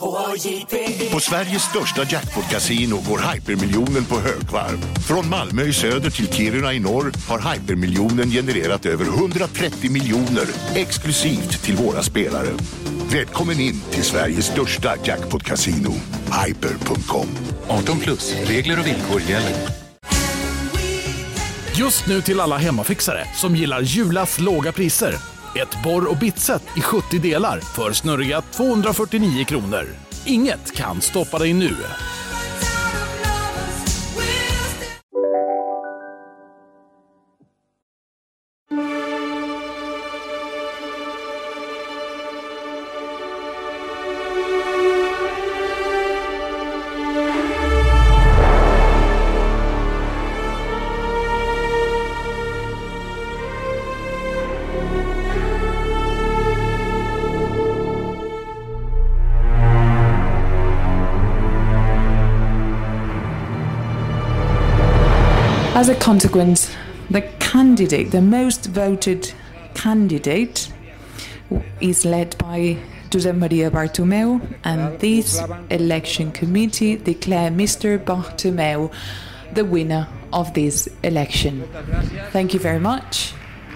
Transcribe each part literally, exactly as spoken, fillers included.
På Sveriges största jackpot-casino går hypermiljonen på högvarv. Från Malmö i söder till Kiruna i norr har hypermiljonen genererat över hundratrettio miljoner exklusivt till våra spelare. Välkommen in till Sveriges största jackpot-casino, hyper punkt com. arton plus, regler och villkor gäller. Just nu till alla hemmafixare som gillar Julas låga priser. Ett borr- och bitset i sjuttio delar för snurriga tvåhundrafyrtionio kronor. Inget kan stoppa dig nu. As a consequence, the candidate, the most voted candidate, is led by José María Bartomeu, and this election committee declare Mister Bartomeu the winner of this election. Thank you very much.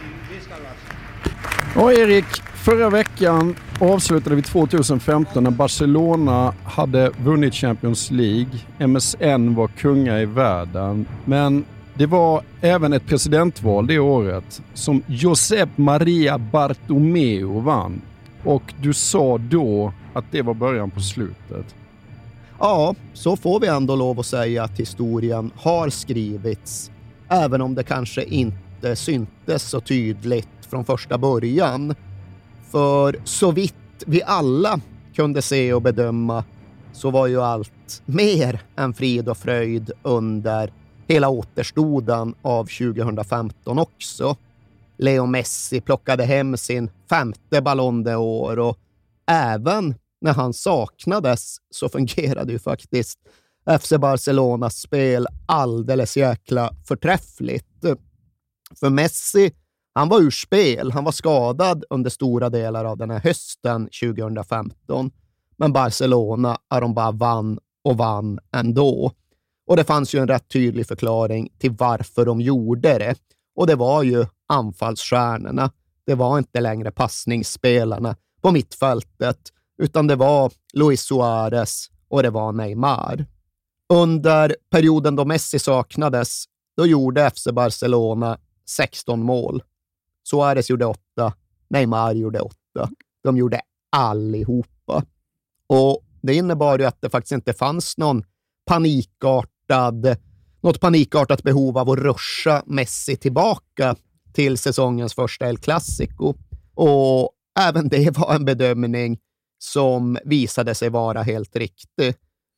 Och Erik, förra veckan avslutade vi tjugohundrafemton när Barcelona hade vunnit Champions League. M S N var kunga i världen, men det var även ett presidentval det året som Josep Maria Bartomeu vann. Och du sa då att det var början på slutet. Ja, så får vi ändå lov att säga att historien har skrivits. Även om det kanske inte syntes så tydligt från första början. För så vitt vi alla kunde se och bedöma så var ju allt mer än frid och fröjd under hela återstoden av tjugohundrafemton också. Leo Messi plockade hem sin femte Ballon d'Or och även när han saknades så fungerade ju faktiskt F C Barcelonas spel alldeles jäkla förträffligt. För Messi, han var ur spel, han var skadad under stora delar av den här hösten tjugohundrafemton. Men Barcelona, de bara vann och vann ändå. Och det fanns ju en rätt tydlig förklaring till varför de gjorde det. Och det var ju anfallsstjärnorna. Det var inte längre passningsspelarna på mittfältet, utan det var Luis Suarez och det var Neymar. Under perioden då Messi saknades, då gjorde F C Barcelona sexton mål. Suarez gjorde åtta, Neymar gjorde åtta. De gjorde allihopa. Och det innebar ju att det faktiskt inte fanns någon panikartad, något panikartat behov av att ruscha Messi tillbaka till säsongens första El Clasico. Och även det var en bedömning som visade sig vara helt riktig.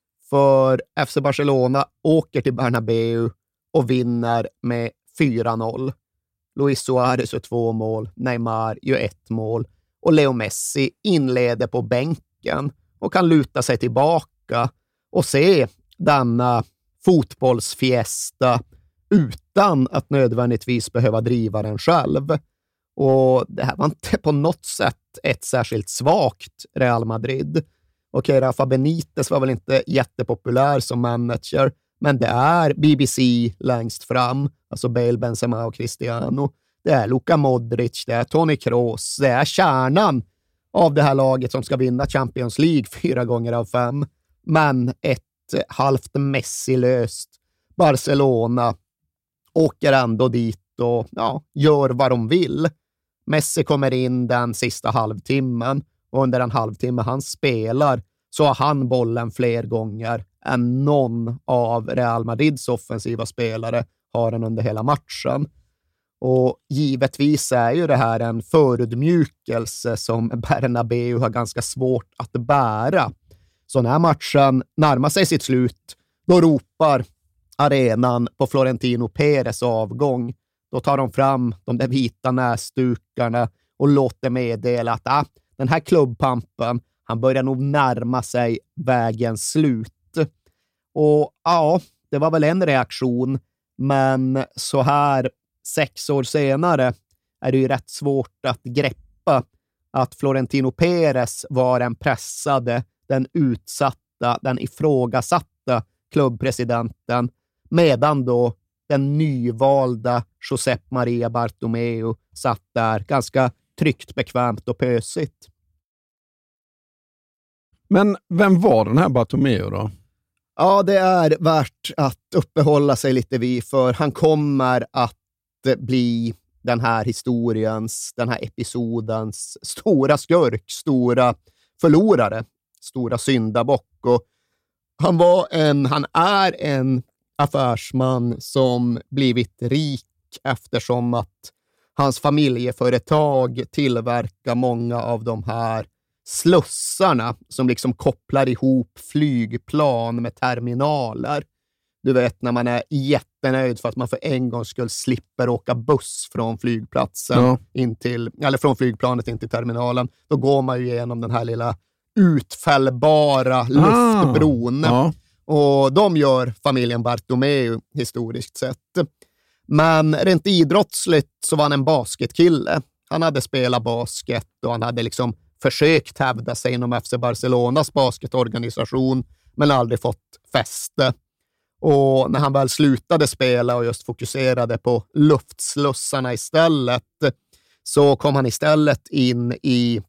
För F C Barcelona åker till Bernabéu och vinner med fyra noll. Luis Suarez gör två mål, Neymar gör ett mål och Leo Messi inleder på bänken och kan luta sig tillbaka och se denna fotbollsfiesta utan att nödvändigtvis behöva driva den själv. Och det här var inte på något sätt ett särskilt svagt Real Madrid. Okej, Rafa Benitez var väl inte jättepopulär som manager, men det är B B C längst fram, alltså Bale, Benzema och Cristiano. Det är Luka Modric, det är Toni Kroos, det är kärnan av det här laget som ska vinna Champions League fyra gånger av fem. Men ett halvt Messi-löst Barcelona åker ändå dit och ja, gör vad de vill. Messi kommer in den sista halvtimmen och under en halvtimme han spelar så har han bollen fler gånger än någon av Real Madrids offensiva spelare har den under hela matchen. Och givetvis är ju det här en förödmjukelse som Bernabéu har ganska svårt att bära. Så när matchen närmar sig sitt slut, då ropar arenan på Florentino Pérez avgång. Då tar de fram de där vita näsdukarna och låter meddela att ah, den här klubbpampen, han börjar nog närma sig vägens slut. Och ja, det var väl en reaktion, men så här sex år senare är det ju rätt svårt att greppa att Florentino Pérez var en pressade, den utsatta, den ifrågasatta klubbpresidenten, medan då den nyvalda Josep Maria Bartomeu satt där ganska tryggt, bekvämt och pösigt. Men vem var den här Bartomeu då? Ja, det är värt att uppehålla sig lite vid, för han kommer att bli den här historiens, den här episodens stora skurk, stora förlorare, stora syndabock. Och han var en, han är en affärsman som blivit rik eftersom att hans familjeföretag tillverkar många av de här slussarna som liksom kopplar ihop flygplan med terminaler. Du vet, när man är jättenöjd för att man för en gång skulle slipper åka buss från flygplatsen ja. in till, eller från flygplanet in till terminalen. Då går man ju igenom den här lilla utfällbara luftbron. Ah, ja. Och de gör familjen Bartomeu historiskt sett. Men rent idrottsligt så var han en basketkille. Han hade spelat basket och han hade liksom försökt hävda sig inom F C Barcelonas basketorganisation, men aldrig fått fäste. Och när han väl slutade spela och just fokuserade på luftslussarna istället, så kom han istället in i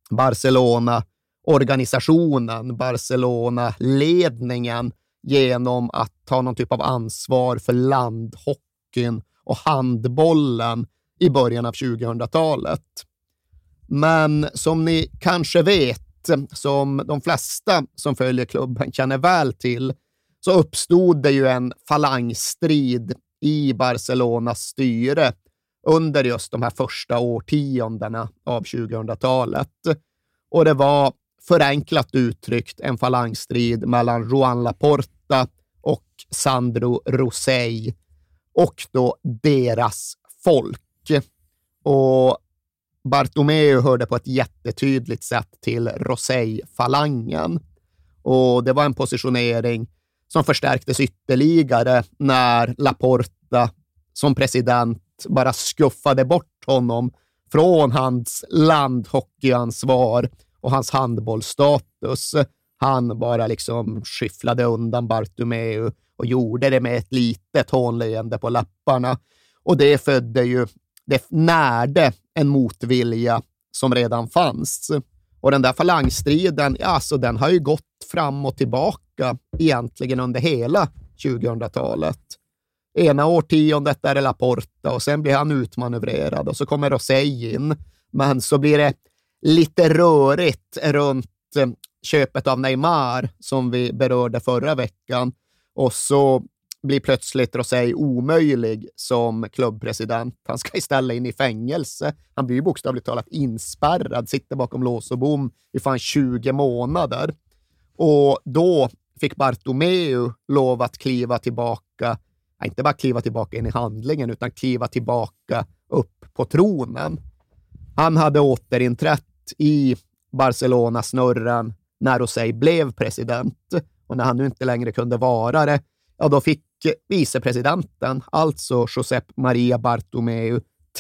Barcelona-organisationen, Barcelona-ledningen, genom att ta någon typ av ansvar för landhockeyn och handbollen i början av tjugohundratalet. Men som ni kanske vet, som de flesta som följer klubben känner väl till, så uppstod det ju en falangstrid i Barcelonas styre under just de här första årtiondena av tjugohundratalet. Och det var förenklat uttryckt en falangstrid mellan Joan Laporta och Sandro Rosell och då deras folk. Och Bartomeu hörde på ett jättetydligt sätt till Rosell-falangen. Och det var en positionering som förstärktes ytterligare när Laporta som president bara skuffade bort honom från hans landhockeyansvar och hans handbollsstatus. Han bara liksom skyfflade undan Bartomeu och gjorde det med ett litet hånleende på läpparna. Och det födde ju, det närde en motvilja som redan fanns. Och den där falangstriden, ja, alltså den har ju gått fram och tillbaka egentligen under hela tjugohundratalet. Ena årtiondet är det Laporta och sen blir han utmanövrerad och så kommer Rosell in. Men så blir det lite rörigt runt köpet av Neymar som vi berörde förra veckan. Och så blir plötsligt Rosell omöjlig som klubbpresident. Han ska istället in i fängelse. Han blir ju bokstavligt talat inspärrad, sitter bakom lås och bom i fan tjugo månader. Och då fick Bartomeu lov att kliva tillbaka, inte bara kliva tillbaka in i handlingen, utan kliva tillbaka upp på tronen. Han hade återinträtt i Barcelona-snurren när Rosell blev president. Och när han nu inte längre kunde vara det, ja, då fick vicepresidenten, alltså Josep Maria Bartomeu,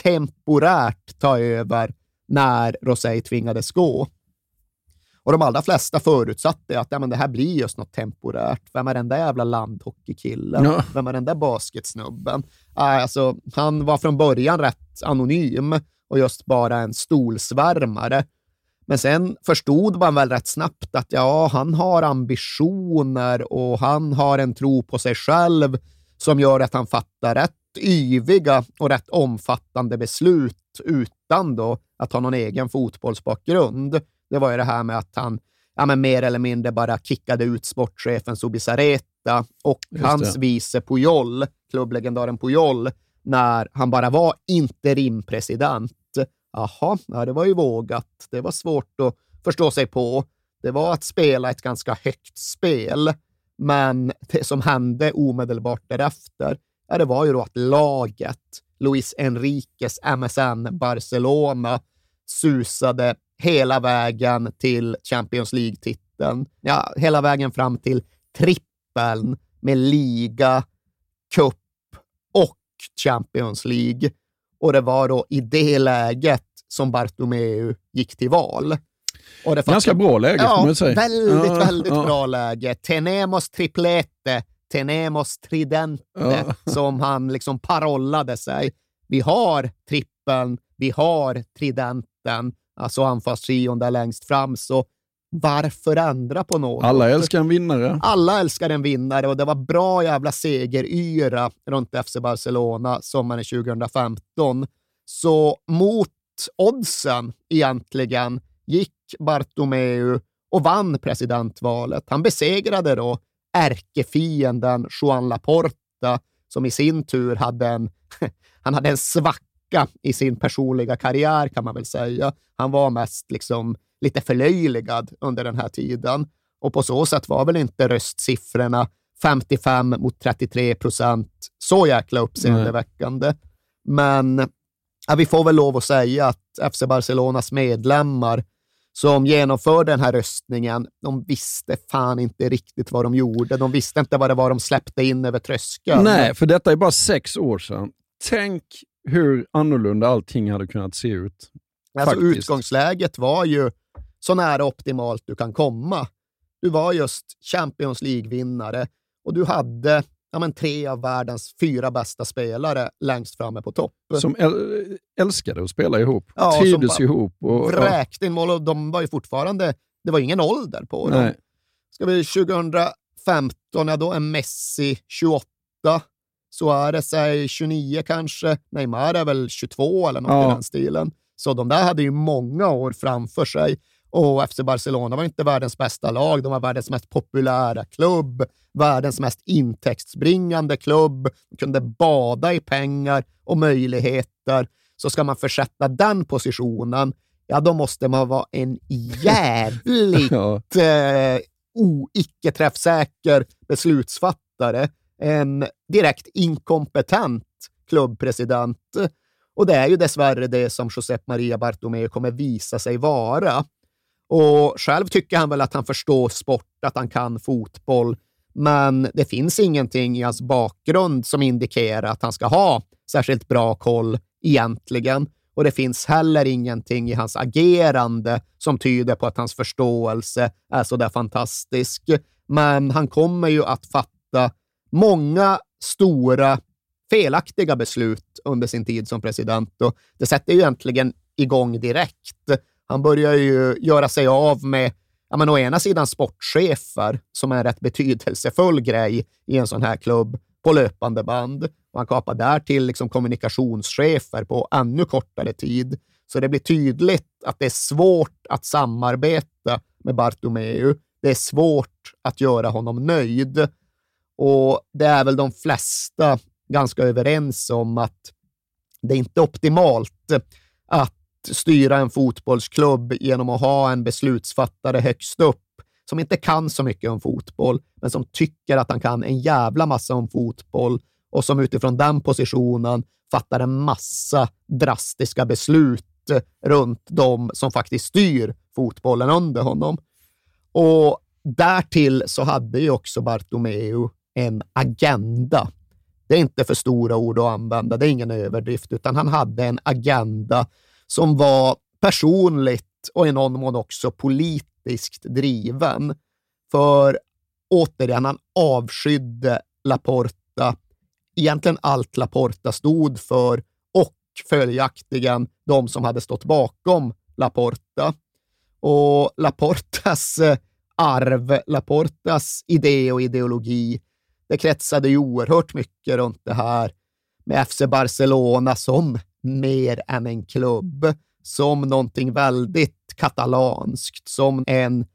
temporärt ta över när Rosell tvingades gå. Och de allra flesta förutsatte att ja, men det här blir just något temporärt. Vem är den där jävla landhockeykillen? Ja. Vem är den där basketsnubben? Alltså, han var från början rätt anonym och just bara en stolsvärmare. Men sen förstod man väl rätt snabbt att ja, han har ambitioner och han har en tro på sig själv som gör att han fattar rätt yviga och rätt omfattande beslut utan då att ha någon egen fotbollsbakgrund. Det var ju det här med att han ja, men mer eller mindre bara kickade ut sportchefen Zubizarreta och hans vice Puyol, klubblegendaren Puyol, när han bara var interimpresident. Jaha, ja, det var ju vågat. Det var svårt att förstå sig på. Det var att spela ett ganska högt spel. Men det som hände omedelbart därefter, ja, det var ju då att laget, Luis Enriques M S N Barcelona, susade hela vägen till Champions League-titeln. Ja, hela vägen fram till trippeln med liga, cup och Champions League. Och det var då i det läget som Bartomeu gick till val. Och det Ganska bra läge, ja, får man säga. Väldigt, ja, väldigt ja. bra läge. Tenemos triplete, tenemos tridente, Ja. som han liksom parollade sig. Vi har trippeln, vi har tridenten, alltså anfallstrion där längst fram, så varför ändra på något? Alla älskar en vinnare. Alla älskar en vinnare och det var bra jävla segeryra runt F C Barcelona sommaren tjugohundrafemton. Så mot oddsen egentligen gick Bartomeu och vann presidentvalet. Han besegrade då ärkefienden Joan Laporta, som i sin tur hade en, han hade en svacka i sin personliga karriär, kan man väl säga. Han var mest liksom lite förlöjligad under den här tiden. Och på så sätt var väl inte röstsiffrorna femtiofem mot trettiotre procent så jäkla uppseendeväckande. Men ja, vi får väl lov att säga att F C Barcelonas medlemmar som genomförde den här röstningen, de visste fan inte riktigt vad de gjorde. De visste inte vad det var de släppte in över tröskeln. Nej, för detta är bara sex år sedan. Tänk hur annorlunda allting hade kunnat se ut. Alltså Faktiskt. Utgångsläget var ju så nära optimalt du kan komma. Du var just Champions League-vinnare och du hade ja, men, tre av världens fyra bästa spelare längst framme på topp. Som äl- älskade att spela ihop. Ja, Trivdes som ihop. Och, ja. vräkte in mål och de var ju fortfarande, det var ingen ålder på dem. Nej. Ska vi tjugohundrafemton, ja då är Messi tjugoåtta, Suarez är tjugonio kanske, Neymar är väl tjugotvå eller något Ja. i den stilen. Så de där hade ju många år framför sig. Och F C Barcelona var inte världens bästa lag. De var världens mest populära klubb. Världens mest intäktsbringande klubb. De kunde bada i pengar och möjligheter. Så ska man försätta den positionen, ja då måste man vara en jävligt Ja. eh, o-icke-träffsäker beslutsfattare. En direkt inkompetent klubbpresident. Och det är ju dessvärre det som Josep Maria Bartomeu kommer visa sig vara. Och själv tycker han väl att han förstår sport, att han kan fotboll. Men det finns ingenting i hans bakgrund som indikerar att han ska ha särskilt bra koll egentligen. Och det finns heller ingenting i hans agerande som tyder på att hans förståelse är så där fantastisk. Men han kommer ju att fatta många stora felaktiga beslut under sin tid som president. Och det sätter ju egentligen igång direkt. Han börjar ju göra sig av med ja, men å ena sidan sportchefer, som är en rätt betydelsefull grej i en sån här klubb, på löpande band. Och han kapar där till liksom kommunikationschefer på ännu kortare tid. Så det blir tydligt att det är svårt att samarbeta med Bartomeu. Det är svårt att göra honom nöjd. Och det är väl de flesta ganska överens om att det är inte optimalt att styra en fotbollsklubb genom att ha en beslutsfattare högst upp som inte kan så mycket om fotboll, men som tycker att han kan en jävla massa om fotboll och som utifrån den positionen fattar en massa drastiska beslut runt de som faktiskt styr fotbollen under honom. Och därtill så hade ju också Bartomeu en agenda. Det är inte för stora ord att använda, det är ingen överdrift, utan han hade en agenda som var personligt och i någon mån också politiskt driven. För återigen, han avskydde Laporta, egentligen allt Laporta stod för och följaktligen de som hade stått bakom Laporta. Och Laportas arv, Laportas idé och ideologi, det kretsade ju oerhört mycket runt det här med F C Barcelona som mer än en klubb, som någonting väldigt katalanskt, som en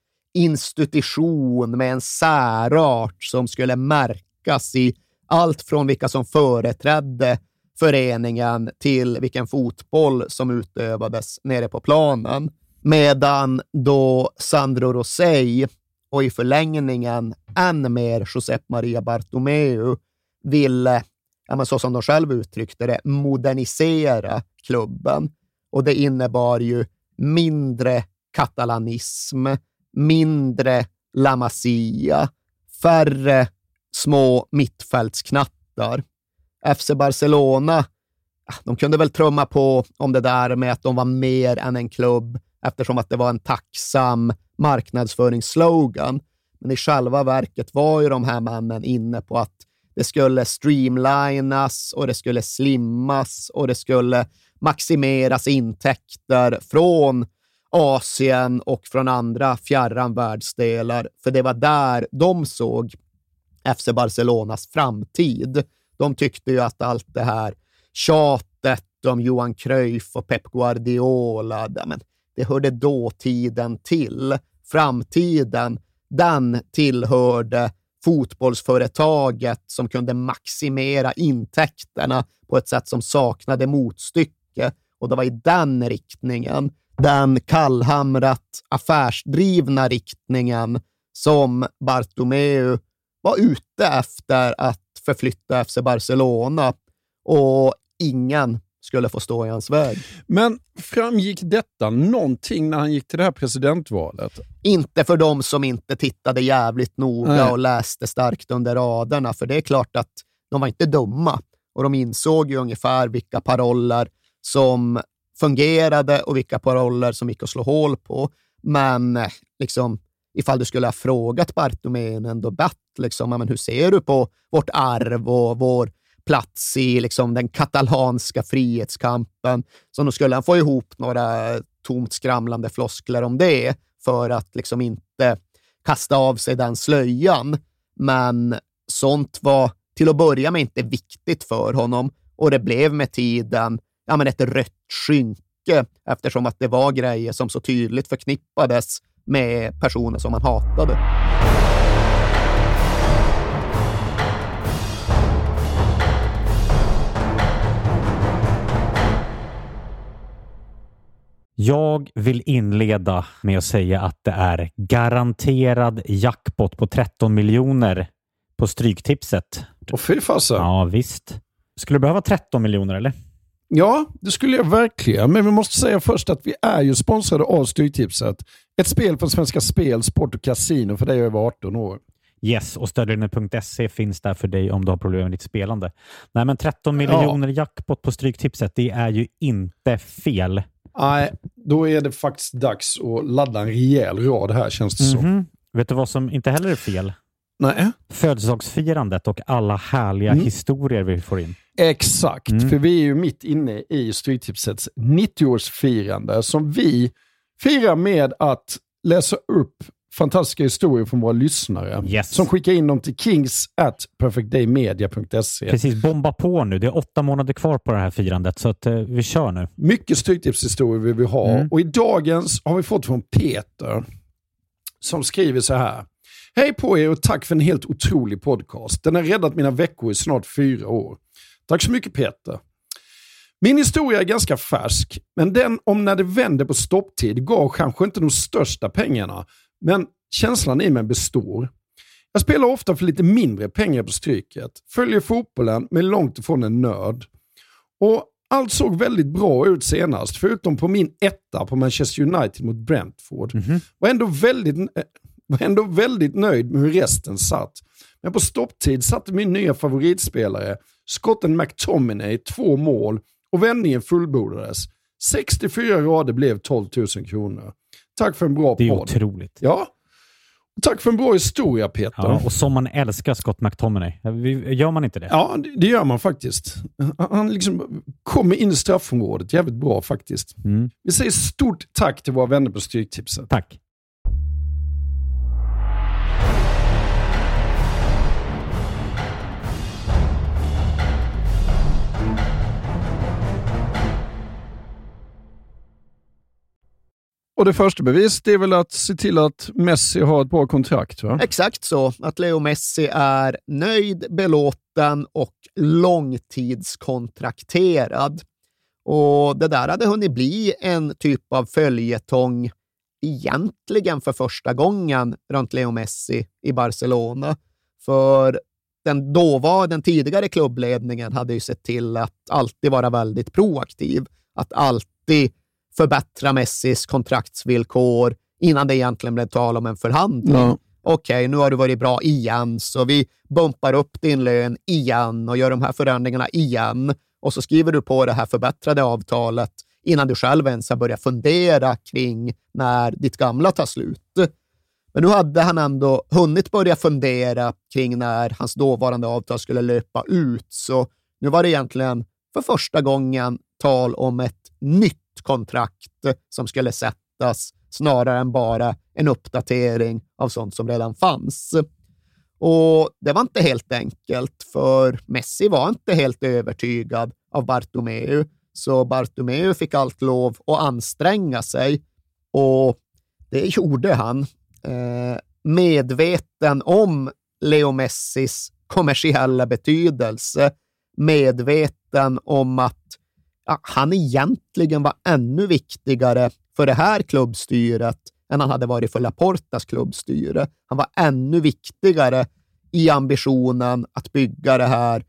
institution med en särart som skulle märkas i allt från vilka som företrädde föreningen till vilken fotboll som utövades nere på planen. Medan då Sandro Rosell och i förlängningen än mer Josep Maria Bartomeu ville, ja, men så som de själv uttryckte det, modernisera klubben. Och det innebar ju mindre katalanism, mindre La Masia, färre små mittfältsknattar. F C Barcelona, de kunde väl trumma på om det där med att de var mer än en klubb eftersom att det var en tacksam marknadsföringsslogan. Men i själva verket var ju de här männen inne på att det skulle streamlinas och det skulle slimmas och det skulle maximeras intäkter från Asien och från andra fjärran världsdelar. För det var där de såg F C Barcelonas framtid. De tyckte ju att allt det här tjatet om Johan Cruyff och Pep Guardiola, ja, men det hörde dåtiden till. Framtiden, den tillhörde fotbollsföretaget som kunde maximera intäkterna på ett sätt som saknade motstycke. Och det var i den riktningen, den kallhamrat affärsdrivna riktningen, som Bartomeu var ute efter att förflytta F C Barcelona, och ingen skulle få stå i hans väg. Men framgick detta någonting när han gick till det här presidentvalet? Inte för dem som inte tittade jävligt noga Nej. och läste starkt under raderna, för det är klart att de var inte dumma och de insåg ju ungefär vilka paroller som fungerade och vilka paroller som gick att slå hål på. Men liksom, ifall du skulle ha frågat Bartomeu en debatt, liksom, men hur ser du på vårt arv och vår plats i liksom den katalanska frihetskampen, så nu skulle han få ihop några tomt skramlande floskler om det för att liksom inte kasta av sig den slöjan. Men sånt var till att börja med inte viktigt för honom, och det blev med tiden ja, men ett rött skynke, eftersom att det var grejer som så tydligt förknippades med personer som man hatade. Jag vill inleda med att säga att det är garanterad jackpot på tretton miljoner på Stryktipset. Och fy fasen. Ja, visst. Skulle du behöva tretton miljoner, eller? Ja, det skulle jag verkligen. Men vi måste säga först att vi är ju sponsrade av Stryktipset. Ett spel från Svenska Spel, Sport och Casino för dig över arton år. Yes, och stödlinjen punkt se finns där för dig om du har problem med ditt spelande. Nej, men tretton miljoner ja. jackpot på Stryktipset, det är ju inte fel. Nej, då är det faktiskt dags att ladda en rejäl rad här, känns det mm-hmm. så. Vet du vad som inte heller är fel? Nej. Födelsedagsfirandet och alla härliga mm. historier vi får in. Exakt, mm. för vi är ju mitt inne i Stryktipsets nittioårsfirande som vi firar med att läsa upp fantastiska historier från våra lyssnare yes. som skickar in dem till kings at perfectdaymedia punkt se. Precis, bomba på nu. Det är åtta månader kvar på det här firandet, så att, eh, vi kör nu. Mycket Stryktipshistorier vill vi ha. Mm. Och i dagens har vi fått från Peter som skriver så här. Hej på er och tack för en helt otrolig podcast. Den har räddat mina veckor i snart fyra år. Tack så mycket Peter. Min historia är ganska färsk, men den om när det vände på stopptid gav kanske inte de största pengarna. Men känslan i mig består. Jag spelar ofta för lite mindre pengar på Stryket. Följer fotbollen men långt ifrån en nörd. Och allt såg väldigt bra ut senast. Förutom på min etta på Manchester United mot Brentford. Mm-hmm. Var ändå väldigt, var ändå väldigt nöjd med hur resten satt. Men på stopptid satte min nya favoritspelare Scotten McTominay två mål. Och vändningen fullbordades. sextiofyra rader blev tolv tusen kronor. Tack för en bra podd. Det är podd. Otroligt. Ja. Tack för en bra historia, Peter. Ja, och som man älskar Scott McTominay. Gör man inte det? Ja, det gör man faktiskt. Han liksom kommer in i straffområdet jävligt bra faktiskt. Mm. Vi säger stort tack till våra vänner på Stryktipset. Tack. Och det första bevis det är väl att se till att Messi har ett bra kontrakt, va? Exakt så. Att Leo Messi är nöjd, belåten och långtidskontrakterad. Och det där hade hunnit bli en typ av följetong egentligen för första gången runt Leo Messi i Barcelona. För den då var den tidigare klubbledningen hade ju sett till att alltid vara väldigt proaktiv. Att alltid förbättra Messis kontraktsvillkor innan det egentligen blev tal om en förhandling. Ja. Okej, okay, nu har du varit bra igen, så vi bumpar upp din lön igen och gör de här förändringarna igen. Och så skriver du på det här förbättrade avtalet innan du själv ens har börjat fundera kring när ditt gamla tar slut. Men nu hade han ändå hunnit börja fundera kring när hans dåvarande avtal skulle löpa ut, så nu var det egentligen för första gången tal om ett nytt kontrakt som skulle sättas snarare än bara en uppdatering av sånt som redan fanns. Och det var inte helt enkelt, för Messi var inte helt övertygad av Bartomeu, så Bartomeu fick allt lov att anstränga sig, och det gjorde han. Eh, medveten om Leo Messis kommersiella betydelse, medveten om att ja, han egentligen var ännu viktigare för det här klubbstyret än han hade varit för Laportas klubbstyre. Han var ännu viktigare i ambitionen att bygga det här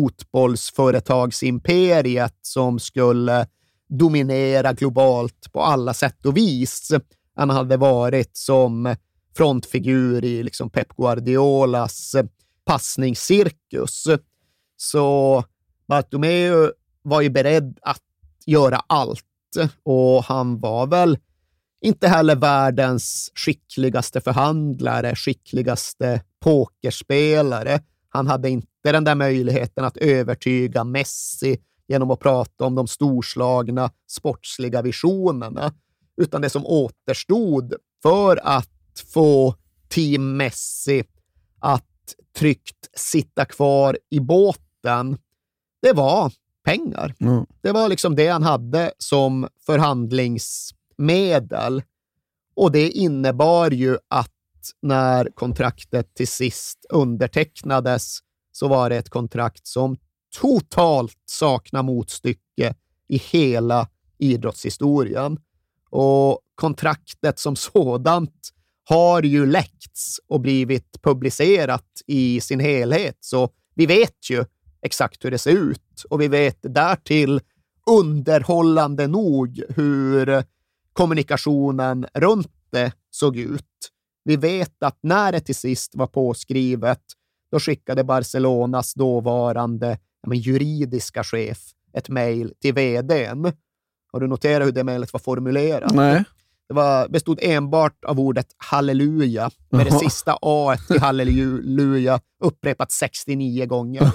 fotbollsföretagsimperiet som skulle dominera globalt på alla sätt och vis än han hade varit som frontfigur i liksom Pep Guardiolas passningscirkus. Så Bartomeu var ju beredd att göra allt, och han var väl inte heller världens skickligaste förhandlare, skickligaste pokerspelare. Han hade inte den där möjligheten att övertyga Messi genom att prata om de storslagna sportsliga visionerna, utan det som återstod för att få Team Messi att tryggt sitta kvar i båten, det var pengar. Mm. Det var liksom det han hade som förhandlingsmedel, och det innebar ju att när kontraktet till sist undertecknades så var det ett kontrakt som totalt saknar motstycke i hela idrottshistorien. Och kontraktet som sådant har ju läckts och blivit publicerat i sin helhet, så vi vet ju exakt hur det ser ut, och vi vet därtill underhållande nog hur kommunikationen runt det såg ut. Vi vet att när det till sist var påskrivet, då skickade Barcelonas dåvarande ja, men juridiska chef ett mejl till vdn. Har du noterat hur det mejlet var formulerat? Nej. Det var, bestod enbart av ordet halleluja, med det sista A i halleluja upprepat sextionio gånger.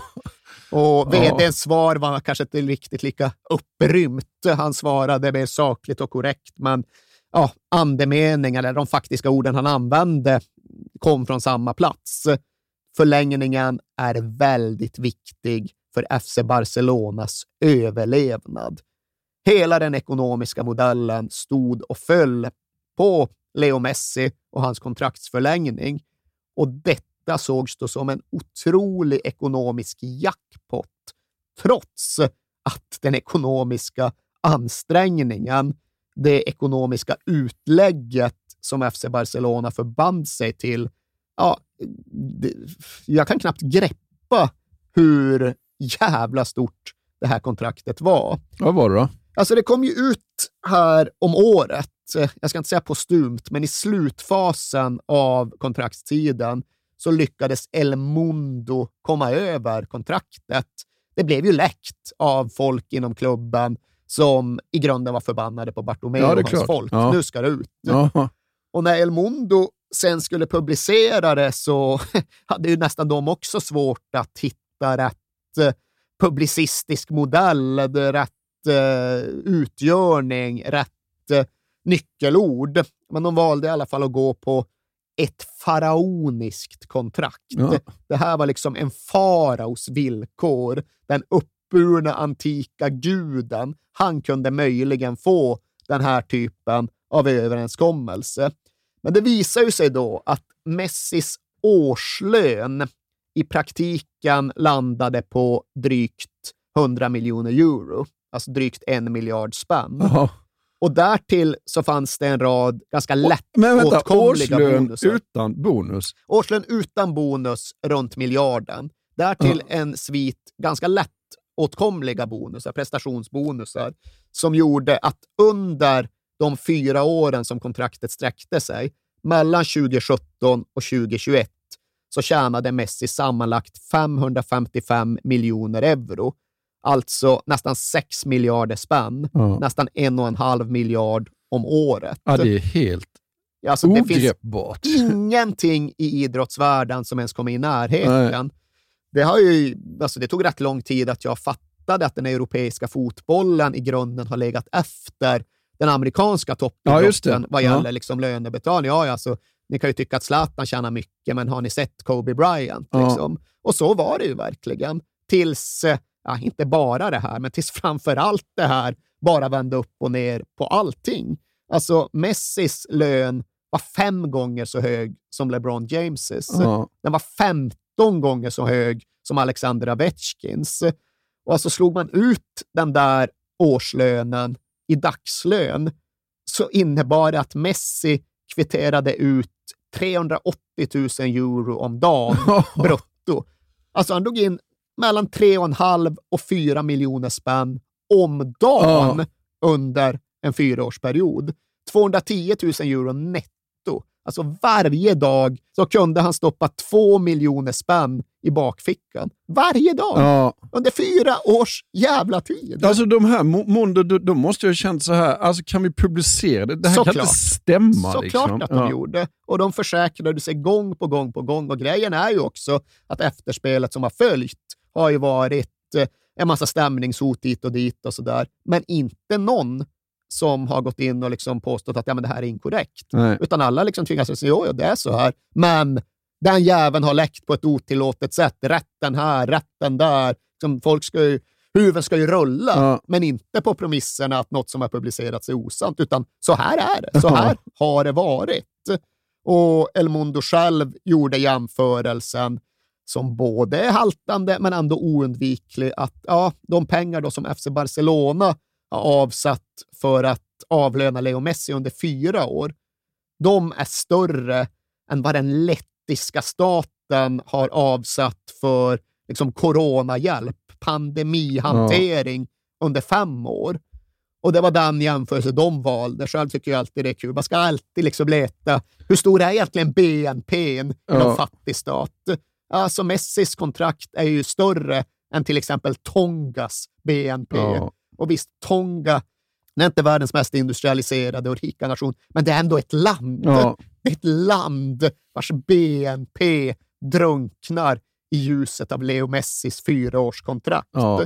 Och vdns svar var kanske inte riktigt lika upprymt. Han svarade mer sakligt och korrekt, men ja, andemeningen eller de faktiska orden han använde kom från samma plats. Förlängningen är väldigt viktig för F C Barcelonas överlevnad. Hela den ekonomiska modellen stod och föll på Leo Messi och hans kontraktsförlängning, och detta sågs då som en otrolig ekonomisk jackpot, trots att den ekonomiska ansträngningen, det ekonomiska utlägget som F C Barcelona förband sig till, ja, det, jag kan knappt greppa hur jävla stort det här kontraktet var. Vad var det då? Alltså det kom ju ut här om året, jag ska inte säga postumt, men i slutfasen av kontraktstiden så lyckades El Mundo komma över kontraktet. Det blev ju läckt av folk inom klubben som i grunden var förbannade på Bartomeu ja, och hans klart. folk. Ja. Nu ska det ut. Ja. Och när El Mundo sen skulle publicera det så hade ju nästan de också svårt att hitta rätt publicistisk modell, rätt uh, utgörning, rätt uh, nyckelord. Men de valde i alla fall att gå på ett faraoniskt kontrakt. Ja. Det, det här var liksom en faraos villkor. Den uppburna antika guden, han kunde möjligen få den här typen av överenskommelse. Men det visar ju sig då att Messis årslön i praktiken landade på drygt hundra miljoner euro. Alltså drygt en miljard spänn. Aha. Och därtill så fanns det en rad ganska lätt Men vänta, åtkomliga årslön bonusar. utan bonus? Årslön utan bonus runt miljarden. Därtill Ja. en svit ganska lätt åtkomliga bonusar, prestationsbonusar, som gjorde att under de fyra åren som kontraktet sträckte sig, mellan tjugo-sjutton och tjugo-tjugoett, så tjänade Messi sammanlagt femhundrafemtiofem miljoner euro. Alltså nästan sex miljarder spänn. Ja. Nästan en och en halv miljard om året. Ja, det är helt alltså, det ogreppbart. finns ingenting i idrottsvärlden som ens kommer i närheten. Det, har ju, alltså, det tog rätt lång tid att jag fattade att den europeiska fotbollen i grunden har legat efter den amerikanska toppidrotten ja, vad gäller ja. liksom lönebetalning. Ja, alltså, ni kan ju tycka att Zlatan tjänar mycket, men har ni sett Kobe Bryant? Liksom? Ja. Och så var det ju verkligen. Tills, ja, inte bara det här, men tills framför allt det här bara vände upp och ner på allting. Alltså Messis lön var fem gånger så hög som LeBron Jameses. Ja. Den var femton gånger så hög som Alexander Ovechkins. Och alltså slog man ut den där årslönen i dagslön så innebar det att Messi kvitterade ut trehundraåttio tusen euro om dagen brutto. Alltså han drog in mellan tre och en halv och fyra miljoner spänn om dagen oh. under en fyraårsperiod. tvåhundratio tusen euro netto. Alltså varje dag så kunde han stoppa två miljoner spänn i bakfickan. Varje dag. Ja. Under fyra års jävla tid. Alltså de här Mondo, de måste ju ha känt så här, alltså kan vi publicera det? Det här så kan klart. Inte stämma. Såklart liksom. att de ja. gjorde. Och de försäkrade sig gång på gång på gång. Och grejen är ju också att efterspelet som har följt har ju varit eh, en massa stämningshot dit och dit och sådär. Men inte någon som har gått in och liksom påstått att ja, men det här är inkorrekt. Nej. Utan alla liksom tvingas att säga, jo, det är så här. Men den jäveln har läckt på ett otillåtet sätt. Rätten här, rätten där. Liksom, folk ska ju, huvuden ska ju rulla. Ja. Men inte på promisserna att något som har publicerats är osant. Utan så här är det. Så här har det varit. Och El Mundo själv gjorde jämförelsen som både är haltande men ändå oundviklig. Att ja, de pengar då som F C Barcelona har avsatt för att avlöna Leo Messi under fyra år, de är större än vad den lettiska staten har avsatt för liksom coronahjälp, pandemihantering ja. under fem år. Och det var den jämförelse de valde. Själv tycker jag alltid det är kul. Man ska alltid liksom leta, hur stor är egentligen B N P i en ja. fattig stat? Alltså Messis kontrakt är ju större än till exempel Tongas B N P. Ja. Och visst, Tonga är inte världens mest industrialiserade och rika nation, men det är ändå ett land. Ja. Ett land vars B N P drunknar i ljuset av Leo Messis fyraårskontrakt. Ja.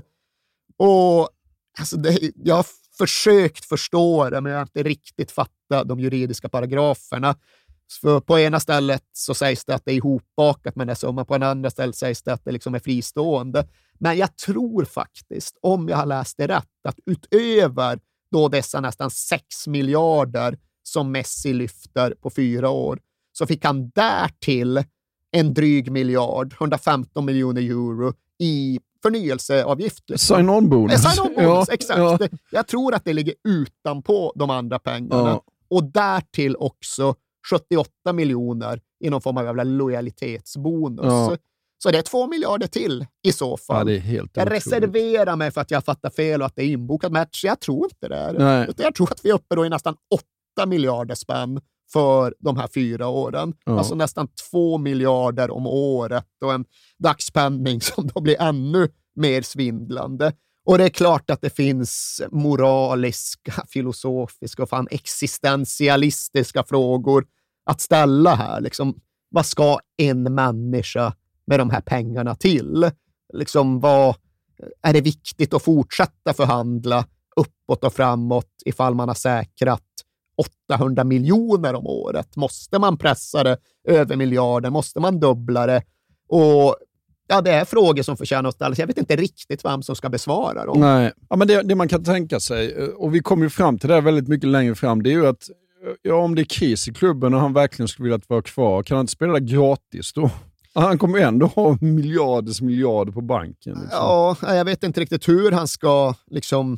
Och alltså det, jag har försökt förstå det, men jag har inte riktigt fattat de juridiska paragraferna. För på ena stället så sägs det att det är ihopbakat med den summan, på en andra stället sägs det att det liksom är fristående. Men jag tror faktiskt, om jag har läst det rätt, att utöver då dessa nästan sex miljarder som Messi lyfter på fyra år, så fick han därtill en dryg miljard, hundrafemton miljoner euro i förnyelseavgift. Liksom. Sign-on-bonus. Sign-on-bonus, ja, exakt. Ja. Jag tror att det ligger utanpå de andra pengarna. Ja. Och därtill också sjuttioåtta miljoner i någon form av jävla lojalitetsbonus. Ja. Så det är två miljarder till i så fall. Ja, det är helt jag otroligt. Reserverar mig för att jag fattar fel och att det är inbokat match. Jag tror inte det är. Utan jag tror att vi är uppe då i nästan åtta miljarder spänn för de här fyra åren. Ja. Alltså nästan två miljarder om året och en dagspenning som då blir ännu mer svindlande. Och det är klart att det finns moraliska, filosofiska och fan existentialistiska frågor att ställa här. Liksom, vad ska en människa med de här pengarna till? Liksom, vad, är det viktigt att fortsätta förhandla uppåt och framåt ifall man har säkrat åttahundra miljoner om året? Måste man pressa det över miljarden? Måste man dubbla det? Och ja, det är frågor som förtjänar att ställas. Jag vet inte riktigt vem som ska besvara dem. Nej, ja, men det, det man kan tänka sig, och vi kommer ju fram till det väldigt mycket längre fram, det är ju att ja, om det är kris i klubben och han verkligen skulle vilja vara kvar, kan han inte spela gratis då? Han kommer ändå ha miljarders miljarder på banken. Liksom. Ja, jag vet inte riktigt hur han ska liksom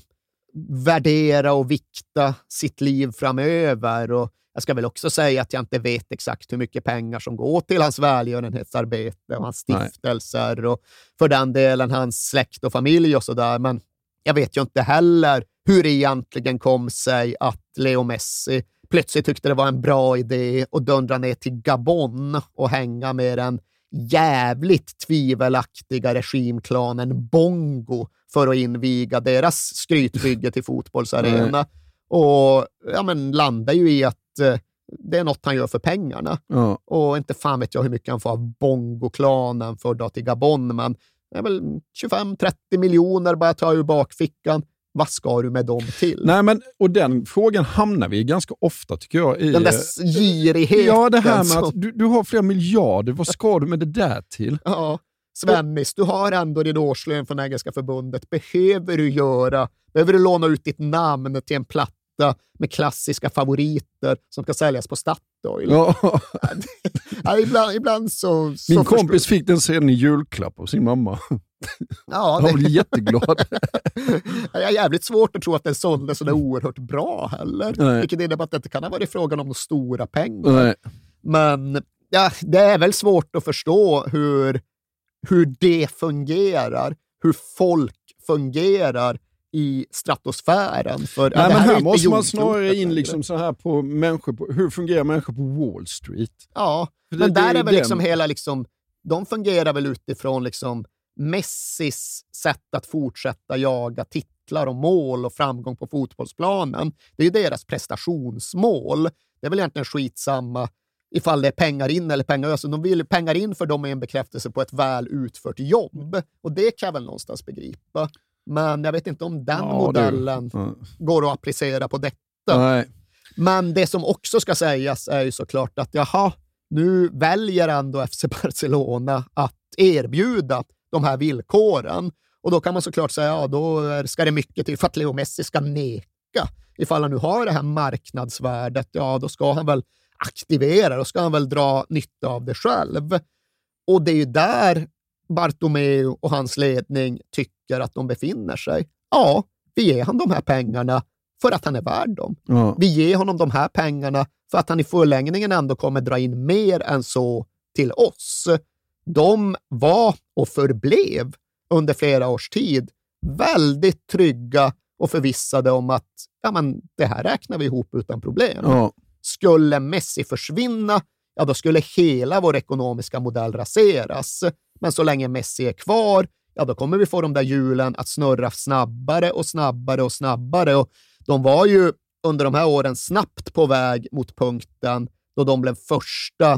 värdera och vikta sitt liv framöver. Och jag ska väl också säga att jag inte vet exakt hur mycket pengar som går till hans välgörenhetsarbete och hans stiftelser. Nej. Och för den delen hans släkt och familj och sådär. Men jag vet ju inte heller hur det egentligen kom sig att Leo Messi plötsligt tyckte det var en bra idé att dundra ner till Gabon och hänga med den jävligt tvivelaktiga regimklanen Bongo för att inviga deras skrytbygge till fotbollsarena. Mm. Och ja, men landar ju i att eh, det är något han gör för pengarna. Mm. Och inte fan vet jag hur mycket han får av Bongo-klanen för att dra till Gabon, men det är väl tjugofem till trettio miljoner bara ta ur bakfickan. Vad ska du med dem till? Nej, men och den frågan hamnar vi ganska ofta tycker jag. I, den där girigheten. Ja, det här med som... att du, du har flera miljarder. Vad ska du med det där till? Ja, Svennis, du har ändå din årslön från Engelska förbundet. Behöver du göra, behöver du låna ut ditt namn till en platta med klassiska favoriter som ska säljas på Statoil? Ja. ja, ibland, ibland så, så... Min kompis förstår... fick den sen i julklapp av sin mamma. Ja, det... Han blev jätteglad. Jag är jävligt svårt att tro att den sålde så det är oerhört bra heller. Nej. Vilket innebär att det inte kan ha varit frågan om stora pengar. Nej. Men ja, det är väl svårt att förstå hur, hur det fungerar. Hur folk fungerar i stratosfären. För, Nej, ja, men här, här måste man snarare in liksom så här på människor på, hur fungerar människor på Wall Street? Ja, det, men där är väl den... liksom hela liksom, de fungerar väl utifrån liksom Messis sätt att fortsätta jaga titlar och mål och framgång på fotbollsplanen. Det är ju deras prestationsmål. Det är väl egentligen skitsamma ifall det är pengar in eller pengar ut. De vill pengar in för dem är en bekräftelse på ett väl utfört jobb. Och det kan jag väl någonstans begripa. Men jag vet inte om den ja, modellen mm. går att applicera på detta. Nej. Men det som också ska sägas är ju såklart att jaha, nu väljer ändå F C Barcelona att erbjuda de här villkoren. Och då kan man såklart säga, ja då ska det mycket till för att Leo Messi ska neka. Ifall han nu har det här marknadsvärdet, ja då ska han väl aktivera, då ska han väl dra nytta av det själv. Och det är ju där Bartomeu och hans ledning tycker att de befinner sig. Ja, vi ger han de här pengarna för att han är värd dem. Ja. Vi ger honom de här pengarna för att han i förlängningen ändå kommer dra in mer än så till oss. De var och förblev under flera års tid väldigt trygga och förvissade om att ja, men det här räknar vi ihop utan problem. Ja. Skulle Messi försvinna, ja då skulle hela vår ekonomiska modell raseras. Men så länge Messi är kvar, ja då kommer vi få de där hjulen att snurra snabbare och snabbare och snabbare. Och de var ju under de här åren snabbt på väg mot punkten då de blev första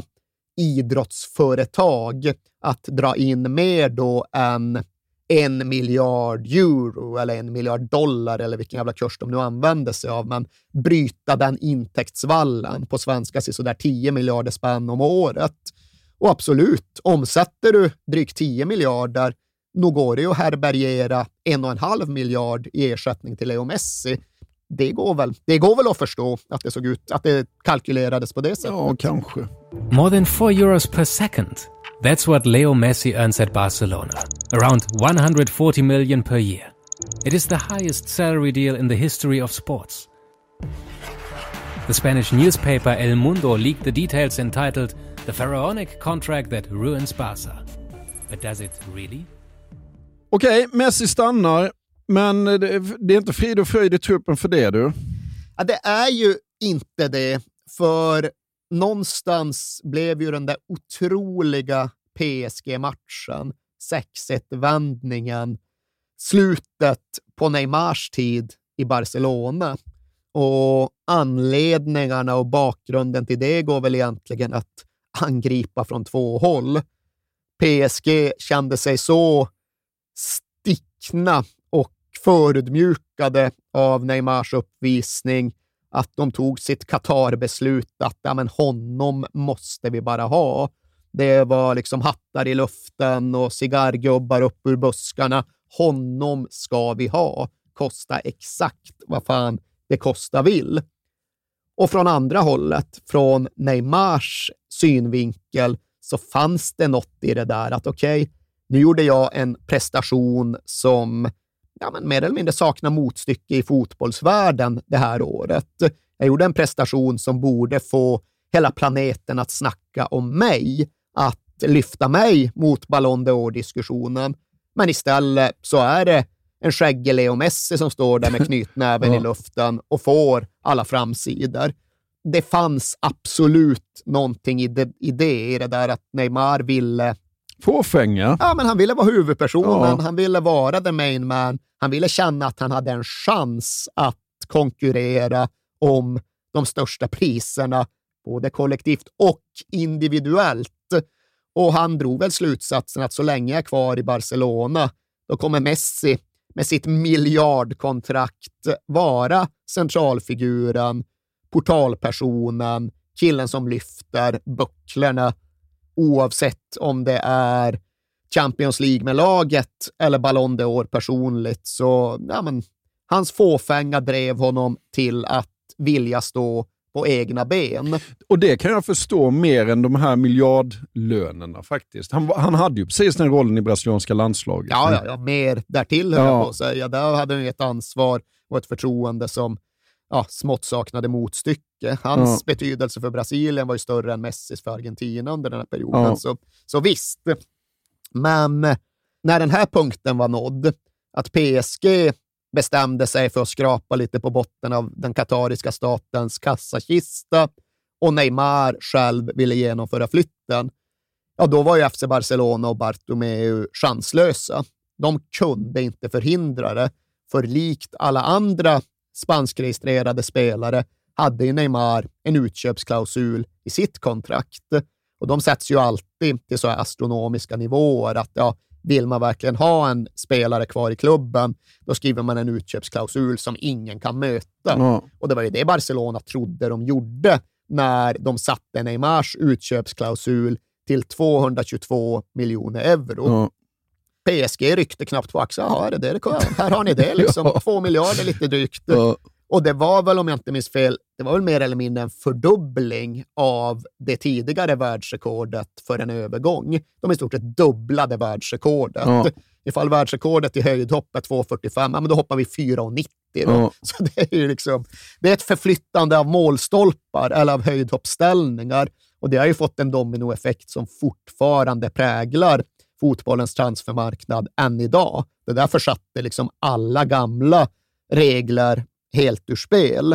idrottsföretag att dra in mer då än en miljard euro eller en miljard dollar eller vilken jävla kurs de nu använder sig av, men bryta den intäktsvallen på svenska så där tio miljarder spänn om året. Och absolut, omsätter du drygt tio miljarder, nog går det ju att härbärgera en och en halv miljard i ersättning till Leo Messi. Det går väl, det går väl att förstå att det såg ut, att det kalkylerades på det sättet. Ja, kanske. More than four euros per second. That's what Leo Messi earns at Barcelona. Around one hundred forty million per year. It is the highest salary deal in the history of sports. The Spanish newspaper El Mundo leaked the details entitled The Pharaonic Contract That Ruins Barca. But does it really? Okej, okay, Messi stannar. Men det, det är inte frid och fröjd i truppen för det, du? Ja, det är ju inte det. För någonstans blev ju den där otroliga P S G-matchen, sex ett-vändningen, slutet på Neymars tid i Barcelona. Och anledningarna och bakgrunden till det går väl egentligen att angripa från två håll. P S G kände sig så stickna och förödmjukade av Neymars uppvisning att de tog sitt Qatar-beslut att ja, men honom måste vi bara ha. Det var liksom hattar i luften och cigarrgubbar upp ur buskarna. Honom ska vi ha. Kosta exakt vad fan det kostar vill. Och från andra hållet, från Neymars synvinkel, så fanns det något i det där att okej, okay, nu gjorde jag en prestation som ja, men mer eller mindre saknar motstycke i fotbollsvärlden det här året. Jag gjorde en prestation som borde få hela planeten att snacka om mig, att lyfta mig mot Ballon d'Or-diskussionen. Men istället så är det en skäggig Leo Messi som står där med knytnäven ja. i luften och får alla framsidor. Det fanns absolut någonting i det, i det, i det där att Neymar ville Fåfänga. Ja, men han ville vara huvudpersonen, Ja. han ville vara the main man, han ville känna att han hade en chans att konkurrera om de största priserna, både kollektivt och individuellt. Och han drog väl slutsatsen att så länge jag är kvar i Barcelona, då kommer Messi med sitt miljardkontrakt vara centralfiguren, portalpersonen, killen som lyfter bucklorna, oavsett om det är Champions League med laget eller Ballon d'Or personligt. Så ja, men, hans fåfänga drev honom till att vilja stå på egna ben. Och det kan jag förstå mer än de här miljardlönerna faktiskt. Han, han hade ju precis den rollen i brasilianska landslaget. Ja, ja, ja mer därtill höll Ja. jag på att säga. Där hade han ett ansvar och ett förtroende som ja, smått saknade motstycke. Hans Ja. betydelse för Brasilien var ju större än Messis för Argentina under den här perioden. Ja. Så, så visst. Men när den här punkten var nådd, att P S G bestämde sig för att skrapa lite på botten av den katariska statens kassakista och Neymar själv ville genomföra flytten, ja då var ju F C Barcelona och Bartomeu chanslösa. De kunde inte förhindra det, för likt alla andra spanskregistrerade spelare hade ju Neymar en utköpsklausul i sitt kontrakt. Och de sätts ju alltid till så här astronomiska nivåer att ja, vill man verkligen ha en spelare kvar i klubben, då skriver man en utköpsklausul som ingen kan möta. Ja. Och det var ju det Barcelona trodde de gjorde när de satte Neymars utköpsklausul till tvåhundratjugotvå miljoner euro. Ja. P S G ryckte knappt på axeln. Ja, är det det det kom? Här har ni det liksom. Ja. Två miljarder lite drygt. Ja. Och det var väl, om jag inte minns fel, det var väl mer eller mindre en fördubbling av det tidigare världsrekordet för en övergång. De i stort sett dubblade världsrekordet. Ja. Ifall världsrekordet i höjdhopp är två fyrtiofem, ja, men då hoppar vi fyra nittio. Då. Ja. Så det är ju liksom, det är ett förflyttande av målstolpar eller av höjdhoppsställningar. Och det har ju fått en dominoeffekt som fortfarande präglar fotbollens transfermarknad än idag. Det där försatte liksom alla gamla regler helt ur spel.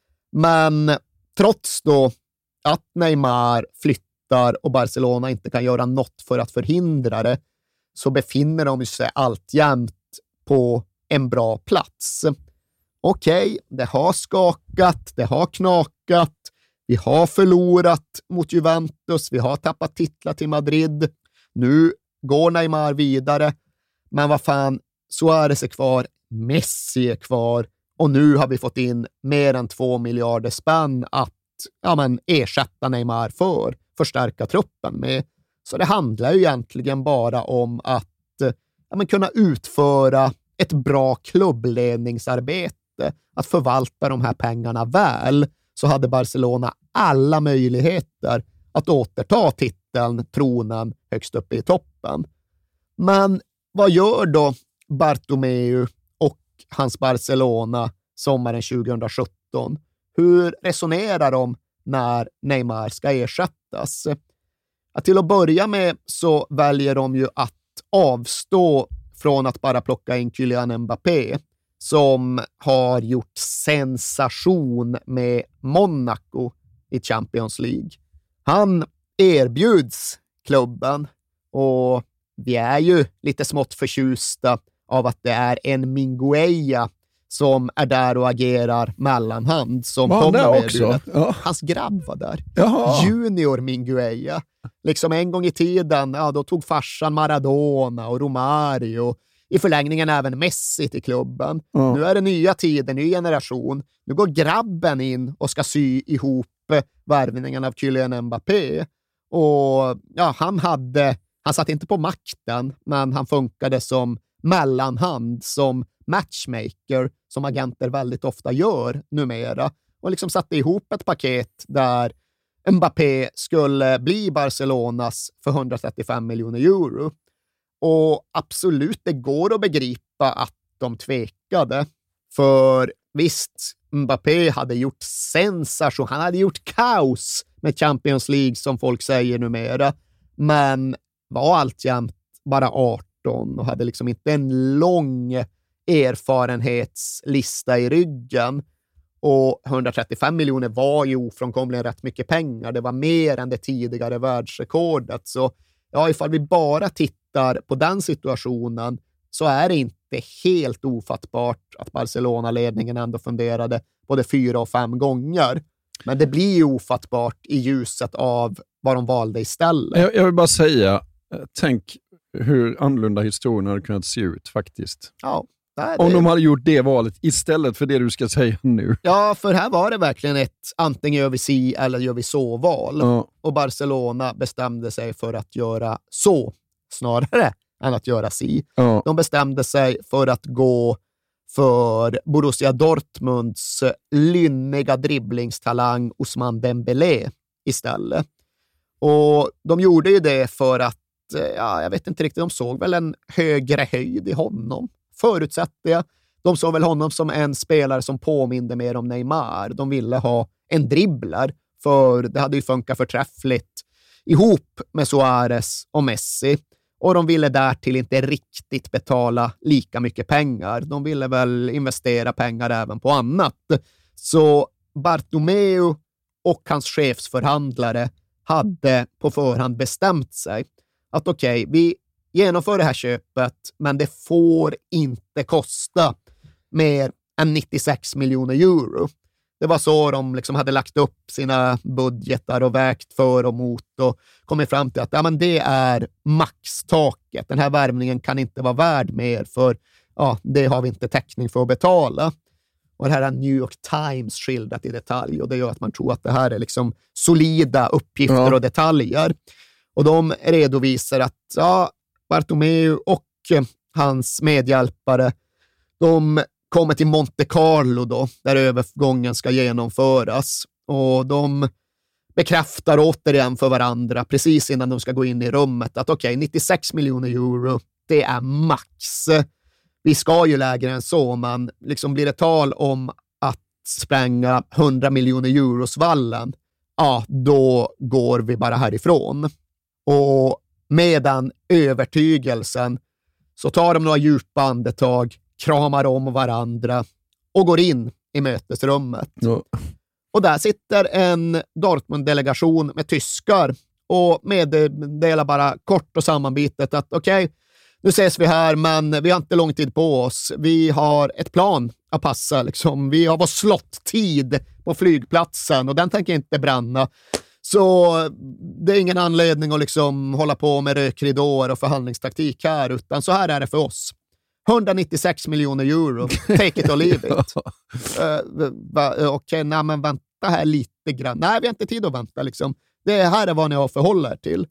Men trots då att Neymar flyttar och Barcelona inte kan göra något för att förhindra det, så befinner de sig alltjämt på en bra plats. Okej, okay, det har skakat, det har knakat, vi har förlorat mot Juventus, vi har tappat titlar till Madrid. Nu går Neymar vidare, men vad fan, Suarez är kvar, Messi är kvar och nu har vi fått in mer än två miljarder spänn att ja, men, ersätta Neymar för, förstärka truppen med. Så det handlar ju egentligen bara om att ja, men, kunna utföra ett bra klubbledningsarbete, att förvalta de här pengarna väl, så hade Barcelona alla möjligheter att återta titeln, tronen högst uppe i toppen. Men vad gör då Bartomeu och hans Barcelona sommaren tjugosjutton? Hur resonerar de när Neymar ska ersättas? Att till att börja med så väljer de ju att avstå från att bara plocka in Kylian Mbappé, som har gjort sensation med Monaco i Champions League. Han erbjuds klubben och vi är ju lite smått förtjusta av att det är en Minguella som är där och agerar mellanhand som var kommer han där med också? Ja. Hans grabb var där. Jaha. Junior Minguella. Liksom en gång i tiden, ja, då tog farsan Maradona och Romario, i förlängningen även Messi till klubben. Ja. Nu är det nya tider, ny generation. Nu går grabben in och ska sy ihop värvningen av Kylian Mbappé. Och ja, han hade, han satt inte på makten, men han funkade som mellanhand, som matchmaker, som agenter väldigt ofta gör numera. Och liksom satte ihop ett paket där Mbappé skulle bli Barcelonas för hundratrettiofem miljoner euro. Och absolut, det går att begripa att de tvekade. För visst, Mbappé hade gjort sensation. Han hade gjort kaos med Champions League, som folk säger numera. Men var alltjämt bara arton och hade liksom inte en lång erfarenhetslista i ryggen. Och hundratrettiofem miljoner var ju ofrånkomligen rätt mycket pengar. Det var mer än det tidigare världsrekordet. Så ja, ifall vi bara tittar på den situationen så är det inte helt ofattbart att Barcelona-ledningen ändå funderade både fyra och fem gånger. Men det blir ju ofattbart i ljuset av vad de valde istället. Jag, jag vill bara säga, tänk hur annorlunda historien hade kunnat se ut faktiskt. Ja, det om det. de hade gjort det valet istället för det du ska säga nu. Ja, för här var det verkligen ett antingen gör vi si eller gör vi så-val. Ja. Och Barcelona bestämde sig för att göra så snarare än att göra si. Ja. De bestämde sig för att gå för Borussia Dortmunds lynniga dribblingstalang Ousmane Dembélé istället. Och de gjorde ju det för att, ja, jag vet inte riktigt, de såg väl en högre höjd i honom. Förutsätter jag. De såg väl honom som en spelare som påminde mer om Neymar. De ville ha en dribbler, för det hade ju funkat förträffligt ihop med Suarez och Messi. Och de ville därtill inte riktigt betala lika mycket pengar. De ville väl investera pengar även på annat. Så Bartomeu och hans chefsförhandlare hade på förhand bestämt sig att okej, okay, vi genomför det här köpet, men det får inte kosta mer än nittiosex miljoner euro. Det var så de liksom hade lagt upp sina budgetar och vägt för och mot och kommit fram till att ja, men det är maxtaket. Den här värvningen kan inte vara värd mer, för ja, det har vi inte täckning för att betala. Och det här är New York Times skildrat i detalj, och det gör att man tror att det här är liksom solida uppgifter ja. och detaljer. Och de redovisar att ja, Bartomeu och hans medhjälpare, de kommer till Monte Carlo då, där övergången ska genomföras. Och de bekräftar återigen för varandra precis innan de ska gå in i rummet att okej, okay, nittiosex miljoner euro, det är max. Vi ska ju lägre än så, men liksom blir det tal om att spränga hundra miljoner eurosvallen, ja, då går vi bara härifrån. Och med den övertygelsen så tar de några djupa andetag, kramar om varandra och går in i mötesrummet. Ja. Och där sitter en Dortmund-delegation med tyskar och meddelar bara kort och sammanbitet att okej, okay, nu ses vi här, men vi har inte lång tid på oss. Vi har ett plan att passa. Liksom. Vi har vår slottid på flygplatsen och den tänker inte bränna. Så det är ingen anledning att liksom hålla på med rökridåer och förhandlingstaktik här, utan så här är det för oss. hundranittiosex miljoner euro. Take it or leave it. uh, Okej, okay, nej men vänta här lite grann. Nej, vi har inte tid att vänta. Liksom. Det här är vad ni har förhåller till.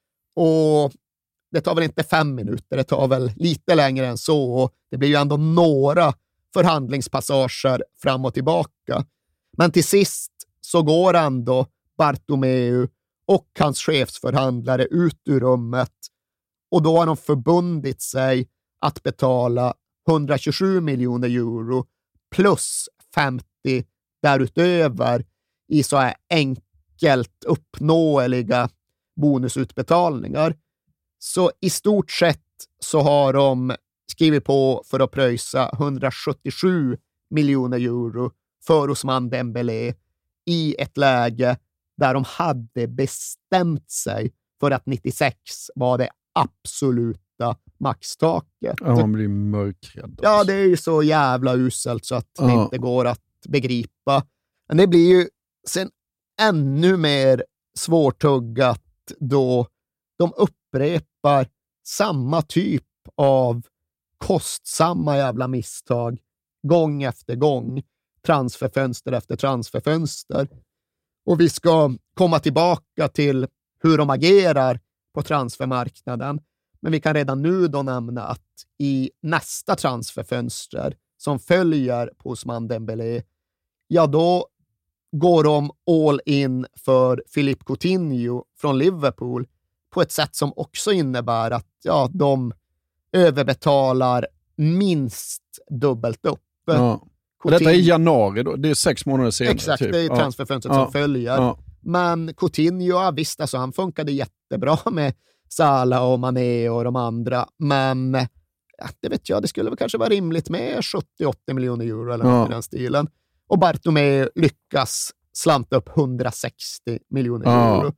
Och det tar väl inte fem minuter. Det tar väl lite längre än så. Och det blir ju ändå några förhandlingspassager fram och tillbaka. Men till sist så går ändå Bartomeu och hans chefsförhandlare ut ur rummet. Och då har de förbundit sig att betala hundratjugosju miljoner euro plus femtio därutöver i så här enkelt uppnåeliga bonusutbetalningar. Så i stort sett så har de skrivit på för att pröjsa hundrasjuttiosju miljoner euro för Ousmane Dembélé i ett läge där de hade bestämt sig för att nittiosex var det absoluta maxtaket. Ja, man blir mörkrädd. Ja, det är ju så jävla uselt så att det ja. inte går att begripa. Men det blir ju sen ännu mer svårtuggat då de upprepar samma typ av kostsamma jävla misstag gång efter gång. Transferfönster efter transferfönster. Och vi ska komma tillbaka till hur de agerar på transfermarknaden. Men vi kan redan nu då nämna att i nästa transferfönster som följer på Ousmane Dembélé, ja då går de all in för Philippe Coutinho från Liverpool på ett sätt som också innebär att ja, de överbetalar minst dubbelt upp. Ja. Coutinho... Detta är i januari då, det är sex månader senare. Exakt, typ. det är transferfönstret ja. som följer. Ja. Men Coutinho, ja, visst, alltså, han funkade jättebra med Salah och Mané och de andra, men ja, det vet jag, det skulle väl kanske vara rimligt med sjuttio till åttio miljoner euro eller något i den stilen. Och Bartomeu lyckas slanta upp hundrasextio miljoner ja, euro. Ja.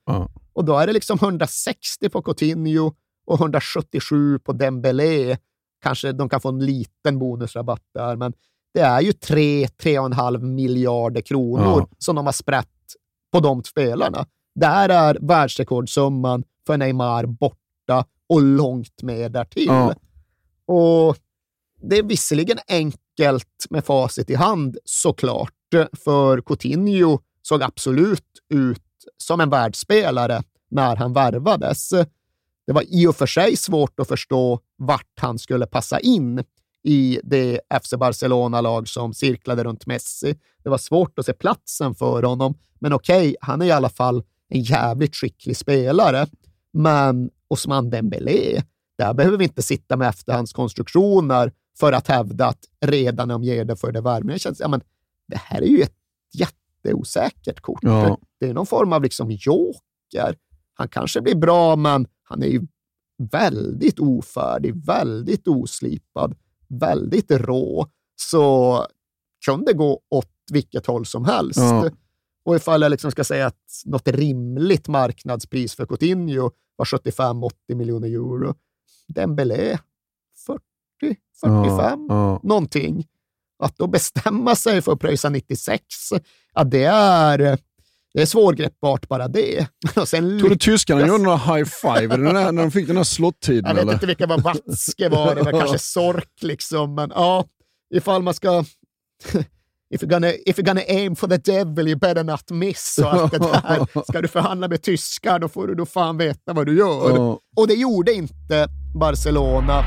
Och då är det liksom hundrasextio på Coutinho och hundrasjuttiosju på Dembélé. Kanske de kan få en liten bonusrabatt där, men det är ju tre, tre och en halv miljarder kronor ja. som de har sprätt på de spelarna. Där är världsrekordsumman för Neymar borta och långt mer därtill. Ja. Och det är visserligen enkelt med facit i hand såklart, för Coutinho såg absolut ut som en världsspelare när han värvades. Det var i och för sig svårt att förstå vart han skulle passa in i det F C Barcelona-lag som cirklade runt Messi. Det var svårt att se platsen för honom, men okej, okay, han är i alla fall en jävligt skicklig spelare. Men Ousmane Dembélé, där behöver vi inte sitta med efterhandskonstruktioner för att hävda att redan de ger det för det värmen. Det känns, ja, men det här är ju ett jätteosäkert kort. Ja. Det är någon form av liksom joker. Han kanske blir bra, men han är ju väldigt ofärdig, väldigt oslipad, väldigt rå. Så kunde gå åt vilket håll som helst. Ja. Och ifall jag liksom ska säga att något rimligt marknadspris för Coutinho var sjuttiofem åttio miljoner euro. Dembélé fyrtio fyrtiofem ja, ja. någonting. Att då bestämma sig för att pröjsa nittiosex, ja, det är det är svårgreppbart bara det. Och sen tror du tyskarna gjorde några high five när de fick den här slottiden? Jag vet eller? inte vilka var Vatske var, det var kanske Sork liksom, men ja, ifall man ska if you're gonna, if you're gonna aim for the devil you better not miss och allt det där. Ska du förhandla med tyskar, då får du då fan veta vad du gör. Oh. Och det gjorde inte Barcelona.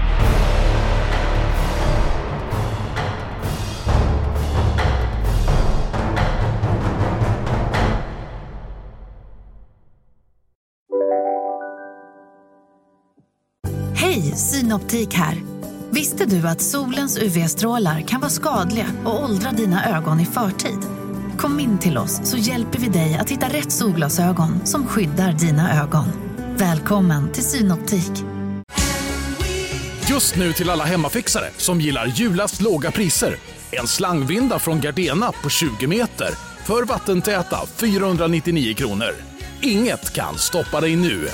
Hej, Synoptik här. Visste du att solens U V-strålar kan vara skadliga och åldra dina ögon i förtid? Kom in till oss så hjälper vi dig att hitta rätt solglasögon som skyddar dina ögon. Välkommen till Synoptik. Just nu till alla hemmafixare som gillar Julas låga priser. En slangvinda från Gardena på tjugo meter för vattentäta fyrahundranittionio kronor. Inget kan stoppa dig nu.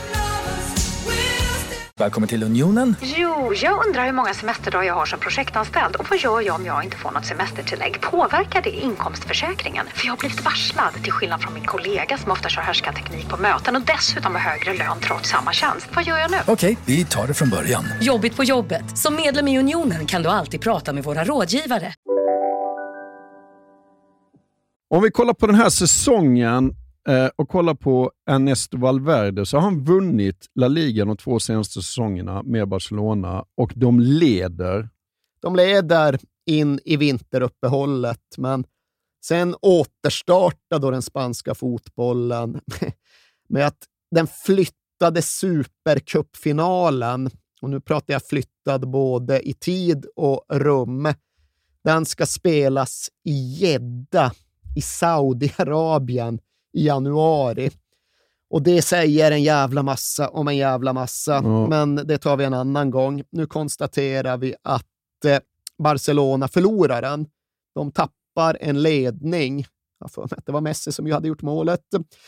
Välkommen till Unionen. Jo, jag undrar hur många semesterdagar jag har som projektanställd. Och vad gör jag om jag inte får något semestertillägg? Påverkar det inkomstförsäkringen? För jag har blivit varslad, till skillnad från min kollega som ofta kör härskarteknik på möten och dessutom har högre lön trots samma tjänst. Vad gör jag nu? Okej, vi tar det från början. Jobbigt på jobbet. Som medlem i Unionen kan du alltid prata med våra rådgivare. Om vi kollar på den här säsongen och kolla på Ernesto Valverde, så har han vunnit La Liga de två senaste säsongerna med Barcelona och de leder. De leder in i vinteruppehållet, men sen återstartade då den spanska fotbollen med att den flyttade supercupfinalen, och nu pratar jag flyttad både i tid och rum. Den ska spelas i Jeddah i Saudiarabien i januari. Och det säger en jävla massa om en jävla massa. Mm. Men det tar vi en annan gång. Nu konstaterar vi att eh, Barcelona förlorar den. De tappar en ledning. Jag får med att det var Messi som ju hade gjort målet.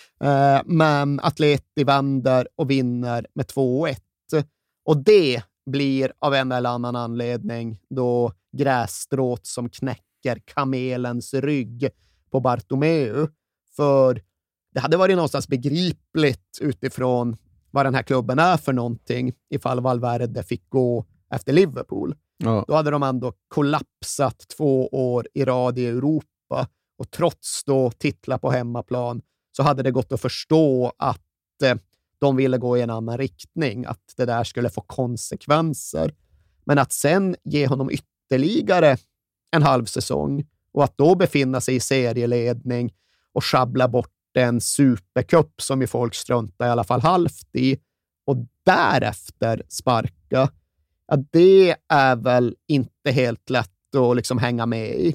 Eh, men Atleti vänder och vinner med två ett. Och det blir av en eller annan anledning då grässtrået som knäcker kamelens rygg på Bartomeu. För det hade varit någonstans begripligt utifrån vad den här klubben är för någonting ifall Valverde fick gå efter Liverpool. Ja. Då hade de ändå kollapsat två år i rad i Europa, och trots då titlar på hemmaplan så hade det gått att förstå att eh, de ville gå i en annan riktning, att det där skulle få konsekvenser. Men att sen ge honom ytterligare en halv säsong och att då befinna sig i serieledning och schabbla bort en supercup som i folk struntar i alla fall halvt i, och därefter sparka, ja, det är väl inte helt lätt att liksom hänga med i.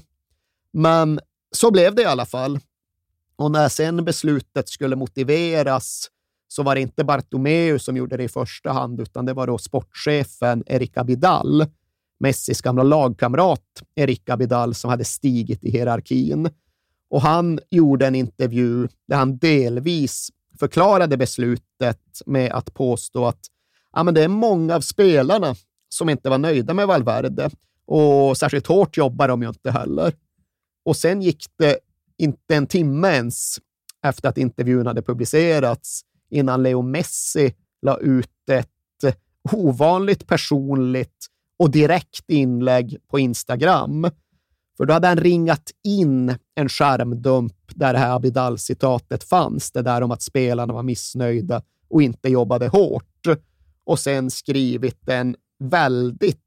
Men så blev det i alla fall. Och när sen beslutet skulle motiveras så var det inte Bartomeu som gjorde det i första hand, utan det var då sportchefen Eric Abidal, Messis gamla lagkamrat Eric Abidal, som hade stigit i hierarkin. Och han gjorde en intervju där han delvis förklarade beslutet med att påstå att ja, men det är många av spelarna som inte var nöjda med Valverde och särskilt hårt jobbar de ju inte heller. Och sen gick det inte en timme ens efter att intervjun hade publicerats innan Leo Messi la ut ett ovanligt personligt och direkt inlägg på Instagram. För då hade han ringat in en skärmdump där det här Abidal-citatet fanns. Det där om att spelarna var missnöjda och inte jobbade hårt. Och sen skrivit en väldigt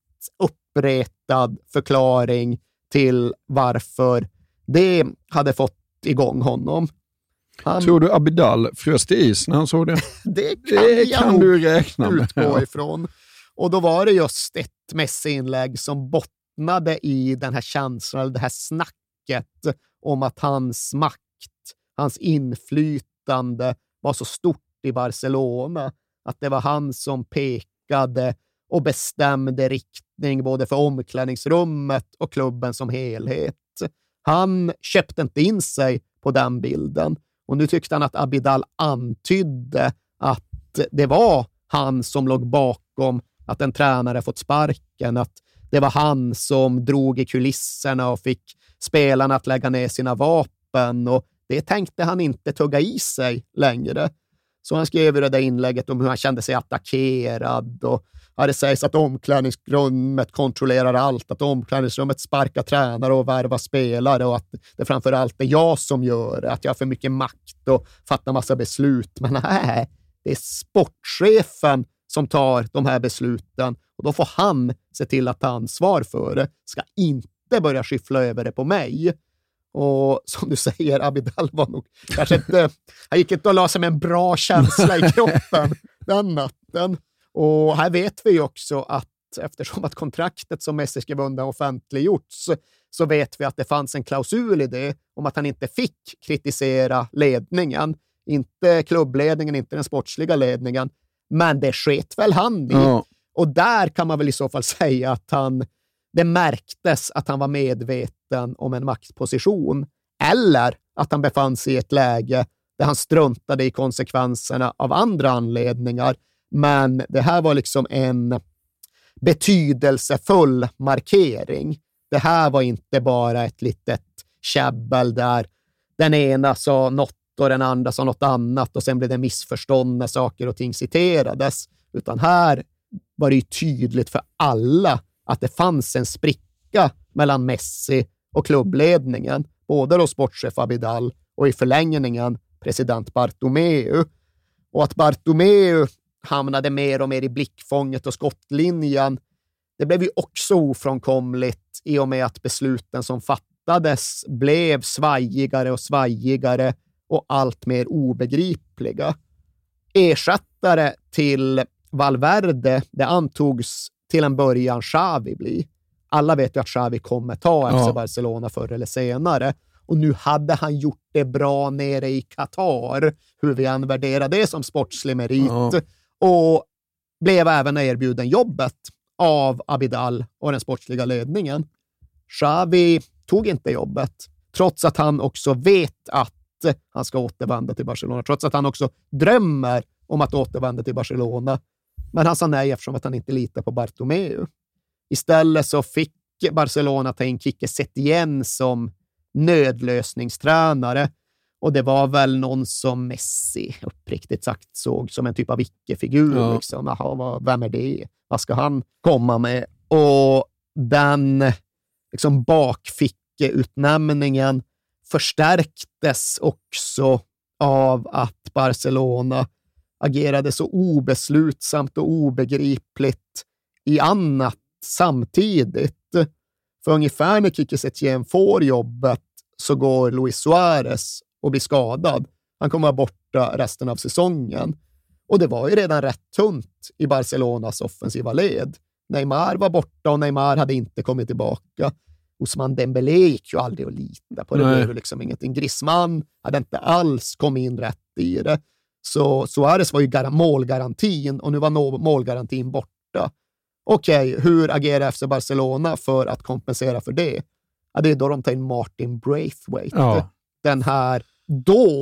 uppretad förklaring till varför det hade fått igång honom. Han, Tror du Abidal frös till is när han såg det? det kan, det kan du räkna med. Utgå ifrån. Och då var det just ett Messi-inlägg som bottnade i den här känslan, det här snacket om att hans makt, hans inflytande var så stort i Barcelona. Att det var han som pekade och bestämde riktning både för omklädningsrummet och klubben som helhet. Han köpte inte in sig på den bilden. Och nu tyckte han att Abidal antydde att det var han som låg bakom att en tränare fått sparken. Att det var han som drog i kulisserna och fick spelarna att lägga ner sina vapen. Och det tänkte han inte tugga i sig längre. Så han skrev i det där inlägget om hur han kände sig attackerad och det sägs att omklädningsrummet kontrollerar allt, att omklädningsrummet sparkar tränare och värvar spelare och att det framförallt är jag som gör det, att jag har för mycket makt och fattar massa beslut. Men nej, det är sportchefen som tar de här besluten och då får han se till att ta ansvar för det. Ska inte börja skyffla över det på mig. Och som du säger, Abidal var nog kanske inte, han gick inte och la sig med en bra känsla i kroppen den natten. Och här vet vi ju också att eftersom att kontraktet som Messi skrev under offentliggjorts så vet vi att det fanns en klausul i det om att han inte fick kritisera ledningen. Inte klubbledningen, inte den sportsliga ledningen. Men det sket väl han i. Ja. Och där kan man väl i så fall säga att han, det märktes att han var medveten om en maktposition. Eller att han befann sig i ett läge där han struntade i konsekvenserna av andra anledningar. Men det här var liksom en betydelsefull markering. Det här var inte bara ett litet käbbel där den ena sa något och den andra sa något annat och sen blev det missförstånd när saker och ting citerades. Utan här var det ju tydligt för alla att det fanns en spricka mellan Messi och klubbledningen. Både då sportchef Abidal och i förlängningen president Bartomeu. Och att Bartomeu hamnade mer och mer i blickfånget och skottlinjen, det blev ju också ofrånkomligt i och med att besluten som fattades blev svajigare och svajigare och allt mer obegripliga. Ersättare till Valverde, det antogs till en början Xavi bli. Alla vet ju att Xavi kommer ta F C ja. Barcelona förr eller senare. Och nu hade han gjort det bra nere i Qatar, hur vi än värderar det som sportslig merit. Ja. Och blev även erbjuden jobbet av Abidal och den sportsliga ledningen. Xavi tog inte jobbet, trots att han också vet att han ska återvända till Barcelona. Trots att han också drömmer om att återvända till Barcelona. Men han sa nej eftersom att han inte litar på Bartomeu. Istället så fick Barcelona ta in Quique Setién som nödlösningstränare. Och det var väl någon som Messi uppriktigt sagt såg som en typ av icke-figur. Ja. Liksom. Aha, vem är det? Vad ska han komma med? Och den liksom, bakfickeutnämningen förstärktes också av att Barcelona agerade så obeslutsamt och obegripligt i annat samtidigt. För ungefär när Quique Setién får jobbet så går Luis Suarez och blir skadad. Han kommer borta resten av säsongen. Och det var ju redan rätt tunt i Barcelonas offensiva led. Neymar var borta och Neymar hade inte kommit tillbaka. Ousmane Dembélé gick ju aldrig att lita på. Det Nej. blev liksom ingenting. Griezmann hade inte alls kommit in rätt i det. Så Suarez var ju gar- målgarantin och nu var no- målgarantin borta. Okej, okay, hur agerar F C Barcelona för att kompensera för det? Ja, det är då de tar in Martin Braithwaite. Ja. Den här då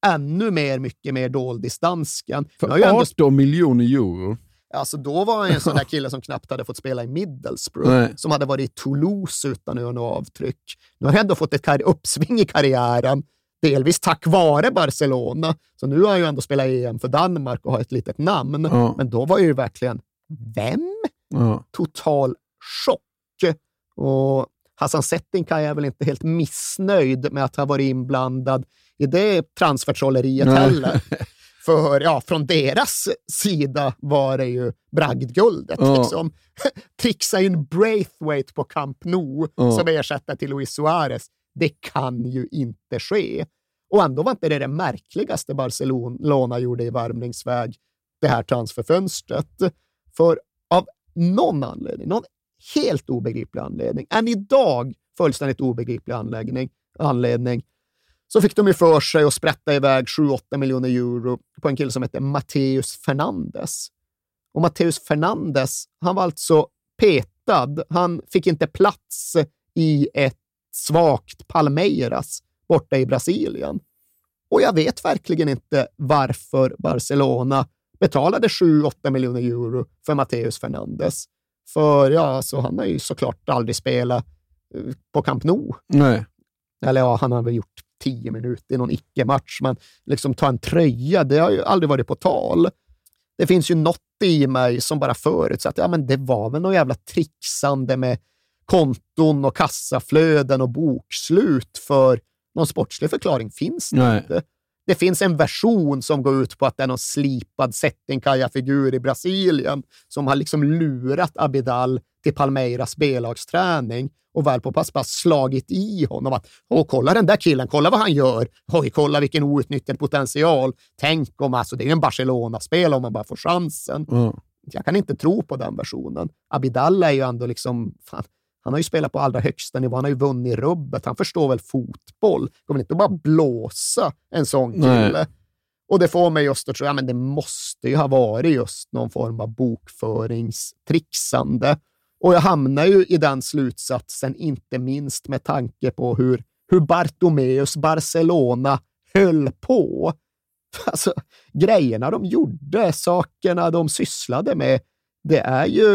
ännu mer, mycket mer doldisdansken. För ändå... arton miljoner euro. Alltså då var han en sån där kille som knappt hade fått spela i Middlesbrough. Nej. Som hade varit i Toulouse utan att göra något avtryck. Nu har han ändå fått ett kar- uppsving i karriären. Delvis tack vare Barcelona. Så nu har han ju ändå spelat E M för Danmark och har ett litet namn. Ja. Men då var ju verkligen, vem? Ja. Total chock. Och Hassan Settinkai är väl inte helt missnöjd med att ha varit inblandad i det transfertrolleriet heller. För ja, från deras sida var det ju bragdguldet. Ja. Liksom. Trixa in Braithwaite på Camp Nou Ja. som ersätter till Luis Suarez. Det kan ju inte ske. Och ändå var inte det det märkligaste Barcelona gjorde i värvningsväg det här transferfönstret. För av någon anledning, någon helt obegriplig anledning, än idag fullständigt obegriplig anledning, anledning så fick de ju för sig att sprätta iväg sju åtta miljoner euro på en kille som heter Mateus Fernandes. Och Mateus Fernandes, han var alltså petad. Han fick inte plats i ett svagt Palmeiras borta i Brasilien. Och jag vet verkligen inte varför Barcelona betalade sju åtta miljoner euro för Mateus Fernandes. För ja, så han har ju såklart aldrig spelat på Camp Nou. Nej. Eller ja, han har väl gjort tio minuter i någon icke-match, men liksom ta en tröja, det har ju aldrig varit på tal. Det finns ju något i mig som bara förutsatt, ja men det var väl något jävla trixande med konton och kassaflöden och bokslut, för någon sportslig förklaring finns det Nej. inte. Det finns en version som går ut på att det är någon slipad Settinkai-figur i Brasilien som har liksom lurat Abidal till Palmeiras B-lagsträning och väl på pass bara slagit i honom att åh, kolla den där killen, kolla vad han gör. Oj, kolla vilken outnyttjad potential. Tänk om, alltså det är en Barcelona-spel om man bara får chansen. Mm. Jag kan inte tro på den versionen. Abidal är ju ändå liksom, fan, han har ju spelat på allra högsta nivå, han har ju vunnit rubbet, han förstår väl fotboll. Kommer inte bara blåsa en sån kille. Nej. Och det får mig just att tro, ja men det måste ju ha varit just någon form av bokföringstrixande. Och jag hamnar ju i den slutsatsen, inte minst med tanke på hur, hur Bartomeus Barcelona höll på. Alltså, grejerna de gjorde, sakerna de sysslade med, det är ju,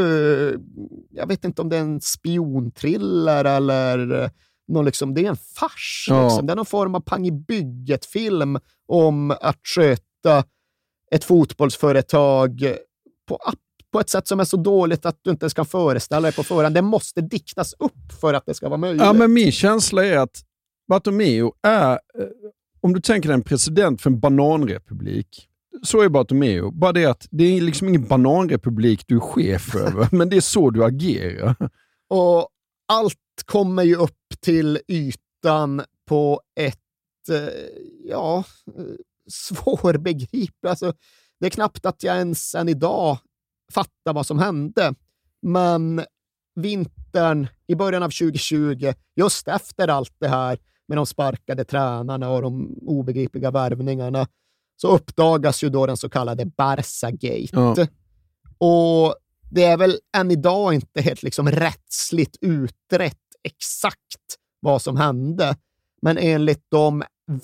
jag vet inte om det är en spiontriller eller någon liksom, det är en fars. Ja. Liksom. Det är någon form av pang i bygget-film om att sköta ett fotbollsföretag på på ett sätt som är så dåligt att du inte ens kan föreställa dig på förhand. Det måste diktas upp för att det ska vara möjligt. Ja, men min känsla är att Bartomeu är, eh, om du tänker en president för en bananrepublik, så är Bartomeu. Bara det att det är liksom ingen bananrepublik du är chef över, men det är så du agerar. Och allt kommer ju upp till ytan på ett, eh, ja, svårbegripligt. Alltså, det är knappt att jag ens än idag fatta vad som hände. Men vintern i början av tjugo tjugo, just efter allt det här med de sparkade tränarna och de obegripliga värvningarna, så uppdagas ju då den så kallade Barça-gate. Ja. Och det är väl än idag inte helt liksom rättsligt utrett exakt vad som hände. Men enligt de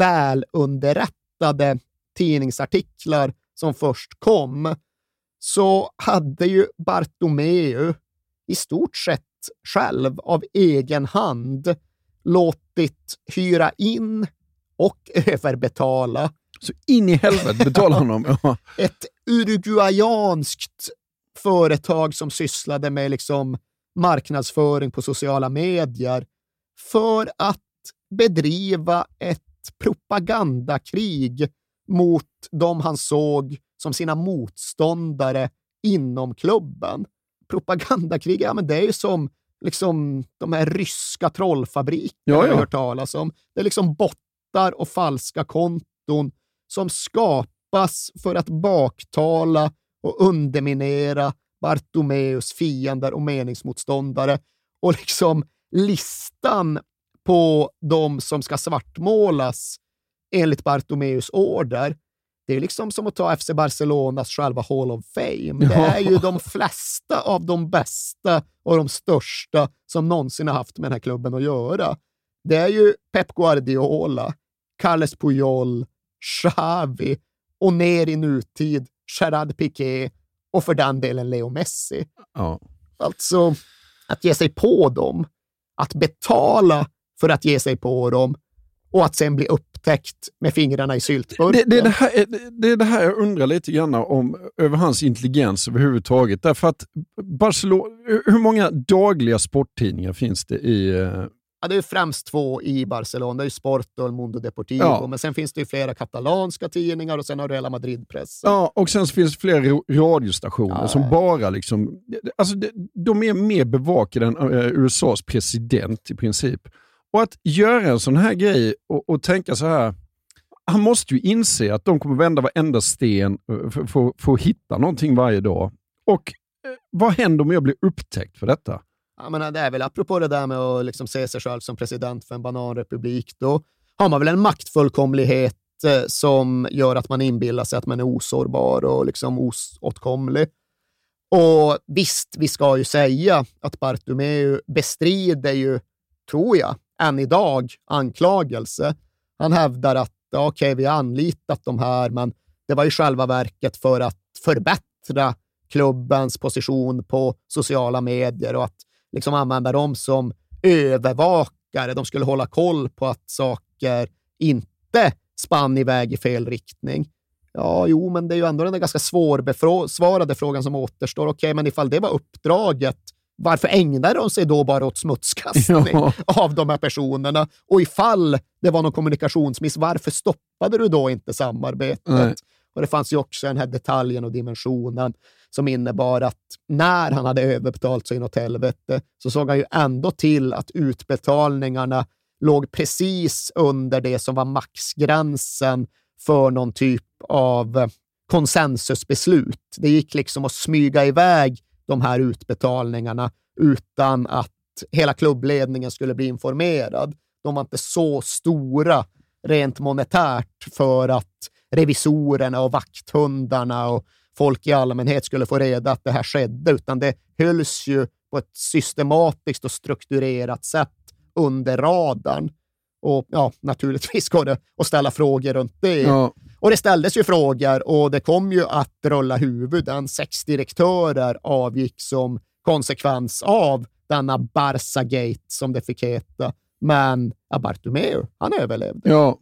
välunderrättade tidningsartiklar som först kom, så hade ju Bartomeu i stort sett själv av egen hand låtit hyra in och överbetala. Så in i helvete betalar honom. Ja. Ett uruguayanskt företag som sysslade med liksom marknadsföring på sociala medier för att bedriva ett propagandakrig mot de han såg som sina motståndare inom klubben. Propagandakrig, ja men det är ju som liksom de här ryska trollfabrikerna ja, ja. jag har hört talas om. Det är liksom bottar och falska konton som skapas för att baktala och underminera Bartomeus fiender och meningsmotståndare. Och liksom listan på de som ska svartmålas enligt Bartomeus order, det är liksom som att ta F C Barcelonas själva Hall of Fame. Det är ju de flesta av de bästa och de största som någonsin har haft med den här klubben att göra. Det är ju Pep Guardiola, Carles Puyol, Xavi och ner i nutid Gerard Piqué och för den delen Leo Messi. Ja. Alltså att ge sig på dem, att betala för att ge sig på dem och att sen bli upptäckt med fingrarna i syltburken. Det, det, är det, här, det är det här jag undrar lite grann om över hans intelligens överhuvudtaget. Därför att Barcelona, hur många dagliga sporttidningar finns det i... Ja, det är främst två i Barcelona. Det är ju Sport och El Mundo Deportivo. Ja. Men sen finns det ju flera katalanska tidningar och sen har Real Madrid-press. Ja, och sen finns det flera radiostationer ja. som bara liksom... Alltså de är mer bevakade än U S A:s president i princip. Och att göra en sån här grej och, och tänka så här, han måste ju inse att de kommer vända varenda sten för, för, för att hitta någonting varje dag. Och eh, vad händer om jag blir upptäckt för detta? Ja, men det är väl apropå det där med att liksom se sig själv som president för en bananrepublik. Då har man väl en maktfullkomlighet eh, som gör att man inbillar sig att man är osårbar och liksom osåtkomlig. Och visst, vi ska ju säga att Bartomeu bestrider ju, tror jag, än idag anklagelse. Han hävdar att ja, okej, okay, vi har anlitat de här, men det var i själva verket för att förbättra klubbens position på sociala medier och att liksom använda dem som övervakare. De skulle hålla koll på att saker inte spann iväg i fel riktning. Ja, jo, men det är ju ändå den ganska svårbesvarade frågan som återstår. Okej, okay, men ifall det var uppdraget, varför ägnar de sig då bara åt smutskastning ja. av de här personerna? Och ifall det var någon kommunikationsmiss, varför stoppade du då inte samarbetet? Nej. Och det fanns ju också den här detaljen och dimensionen som innebar att när han hade överbetalt sig inåt helvete så såg han ju ändå till att utbetalningarna låg precis under det som var maxgränsen för någon typ av konsensusbeslut. Det gick liksom att smyga iväg de här utbetalningarna utan att hela klubbledningen skulle bli informerad. De var inte så stora rent monetärt för att revisorerna och vakthundarna och folk i allmänhet skulle få reda att det här skedde, utan det hölls ju på ett systematiskt och strukturerat sätt under radarn. Och ja, naturligtvis går det att ställa frågor runt det. Ja. Och det ställdes ju frågor och det kom ju att rulla huvuden. Sex direktörer avgick som konsekvens av denna Barça-gate som det fick heta. Men ja, Bartomeu, han överlevde. Ja.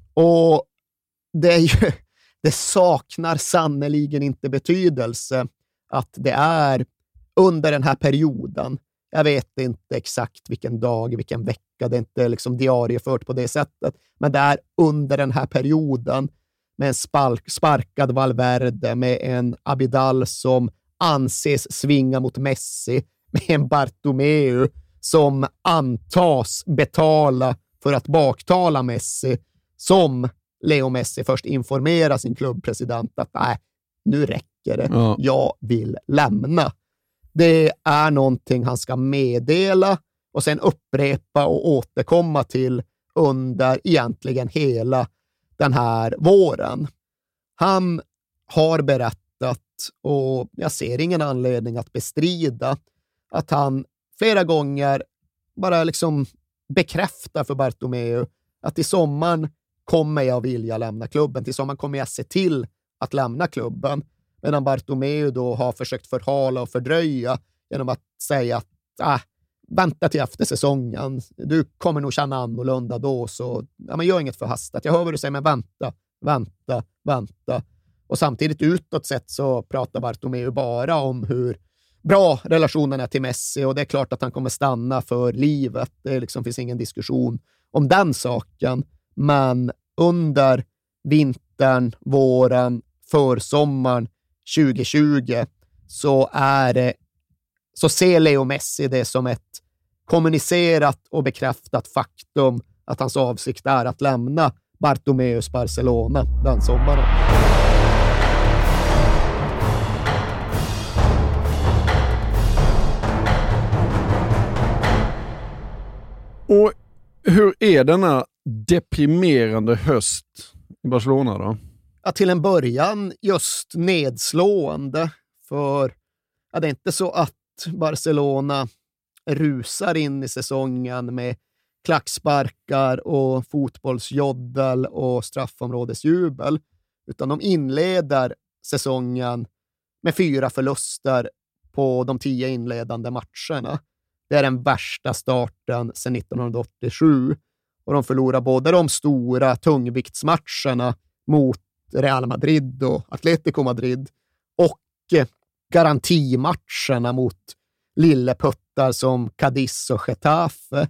Och det är ju, det saknar sannoliken inte betydelse att det är under den här perioden. Jag vet inte exakt vilken dag, vilken vecka, det är inte liksom diariefört på det sättet. Men det är under den här perioden med en spark, sparkad Valverde, med en Abidal som anses svinga mot Messi, med en Bartomeu som antas betala för att baktala Messi, som Leo Messi först informerar sin klubbpresident att nej, nu räcker det. Ja. Jag vill lämna. Det är någonting han ska meddela och sen upprepa och återkomma till under egentligen hela den här våren. Han har berättat, och jag ser ingen anledning att bestrida, att han flera gånger bara liksom bekräftar för Bartomeu att i sommaren kommer jag vilja lämna klubben. Till sommaren kommer jag se till att lämna klubben. Medan Bartomeu då har försökt förhala och fördröja genom att säga att ah, vänta till efter säsongen. Du kommer nog känna annorlunda då, så ja, men gör inget förhastat. Jag hör vad du säger, men vänta, vänta, vänta. Och samtidigt utåt sett så pratar Bartomeu bara om hur bra relationen är till Messi, och det är klart att han kommer stanna för livet. Det liksom finns ingen diskussion om den saken. Men under vintern, våren, försommaren tjugo tjugo så är det, så ser Leo Messi det som ett kommunicerat och bekräftat faktum att hans avsikt är att lämna Bartomeus Barcelona den sommaren. Och hur är denna deprimerande höst i Barcelona då? Ja, till en början just nedslående, för ja, det är inte så att Barcelona rusar in i säsongen med klacksparkar och fotbollsjoddel och straffområdesjubel, utan de inleder säsongen med fyra förluster på de tio inledande matcherna. Det är den värsta starten sedan nittonhundraåttiosju och de förlorar både de stora tungviktsmatcherna mot Real Madrid och Atletico Madrid och garantimatcherna mot lilleputtar som Cadiz och Getafe.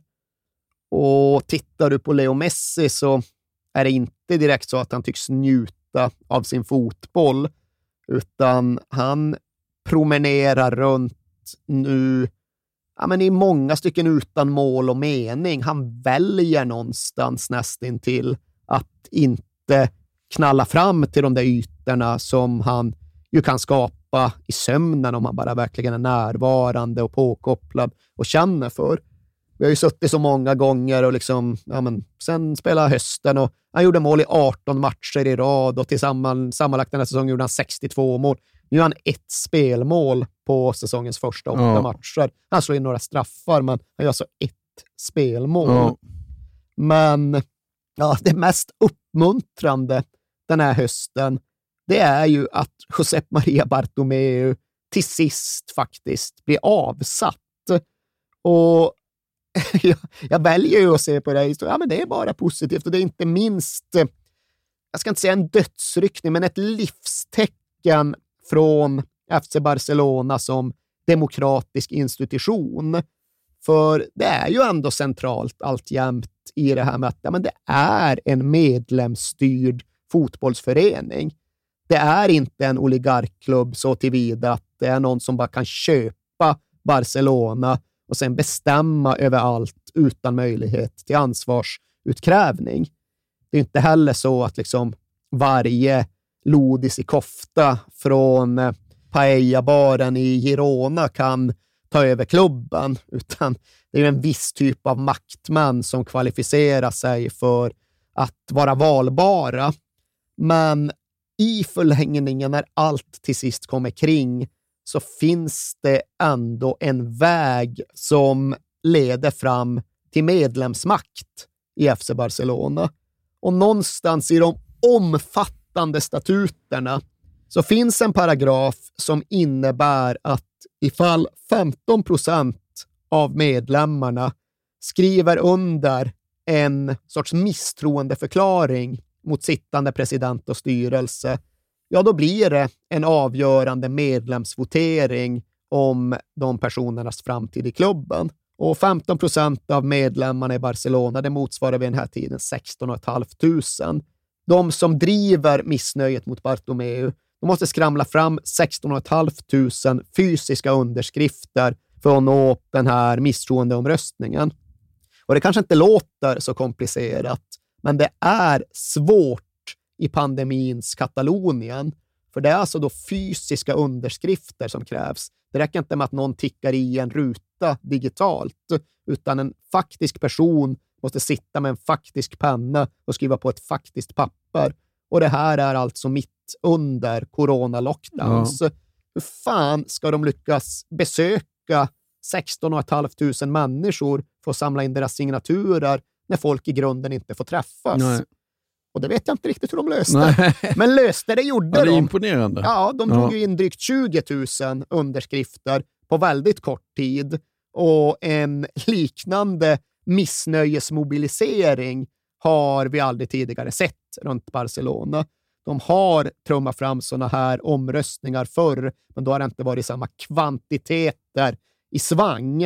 Och tittar du på Leo Messi så är det inte direkt så att han tycks njuta av sin fotboll, utan han promenerar runt nu ja, men i många stycken utan mål och mening. Han väljer någonstans nästintill att inte knalla fram till de där ytorna som han ju kan skapa i sömnen om han bara verkligen är närvarande och påkopplad och känner för. Vi har ju suttit så många gånger och liksom, ja men, sen spelade hösten och han gjorde mål i arton matcher i rad och tillsammans, sammanlagt den här säsongen gjorde han sextiotvå mål. Nu har han ett spelmål på säsongens första åtta ja. matcher. Han slår in några straffar, men han gör alltså ett spelmål. Ja. Men ja, det mest uppmuntrande den här hösten, det är ju att Josep Maria Bartomeu till sist faktiskt blir avsatt. Och jag, jag väljer ju att se på det här. Ja, men det är bara positivt och det är inte minst, jag ska inte säga en dödsryckning, men ett livstecken från F C Barcelona som demokratisk institution. För det är ju ändå centralt alltjämt i det här med att ja, men det är en medlemsstyrd fotbollsförening. Det är inte en oligarkklubb så tillvida att det är någon som bara kan köpa Barcelona och sen bestämma över allt utan möjlighet till ansvarsutkrävning. Det är inte heller så att liksom varje lodis i kofta från Paella-baren i Girona kan ta över klubben, utan det är en viss typ av maktmän som kvalificerar sig för att vara valbara. Men i förlängningen, när allt till sist kommer kring, så finns det ändå en väg som leder fram till medlemsmakt i F C Barcelona. Och någonstans i de omfattande statuterna så finns en paragraf som innebär att ifall femton procent av medlemmarna skriver under en sorts misstroendeförklaring mot sittande president och styrelse, ja då blir det en avgörande medlemsvotering om de personernas framtid i klubben. Och femton procent av medlemmarna i Barcelona, det motsvarar vid den här tiden sexton tusen. De som driver missnöjet mot Bartomeu, de måste skramla fram sexton tusen fysiska underskrifter för att nå upp den här misstroendeomröstningen. Och det kanske inte låter så komplicerat, men det är svårt i pandemins Katalonien. För det är alltså då fysiska underskrifter som krävs. Det räcker inte med att någon tickar i en ruta digitalt, utan en faktisk person måste sitta med en faktisk penna och skriva på ett faktiskt papper. Och det här är alltså mitt under corona-lockdowns. Ja. Hur fan ska de lyckas besöka sexton tusen människor för att samla in deras signaturer när folk i grunden inte får träffas? Nej. Och det vet jag inte riktigt hur de löste. Nej. Men löste det gjorde ja, det är de. Imponerande. Ja, de drog ja. in drygt tjugo tusen underskrifter på väldigt kort tid. Och en liknande missnöjesmobilisering har vi aldrig tidigare sett runt Barcelona. De har trummat fram såna här omröstningar förr, men då har det inte varit samma kvantiteter i svang.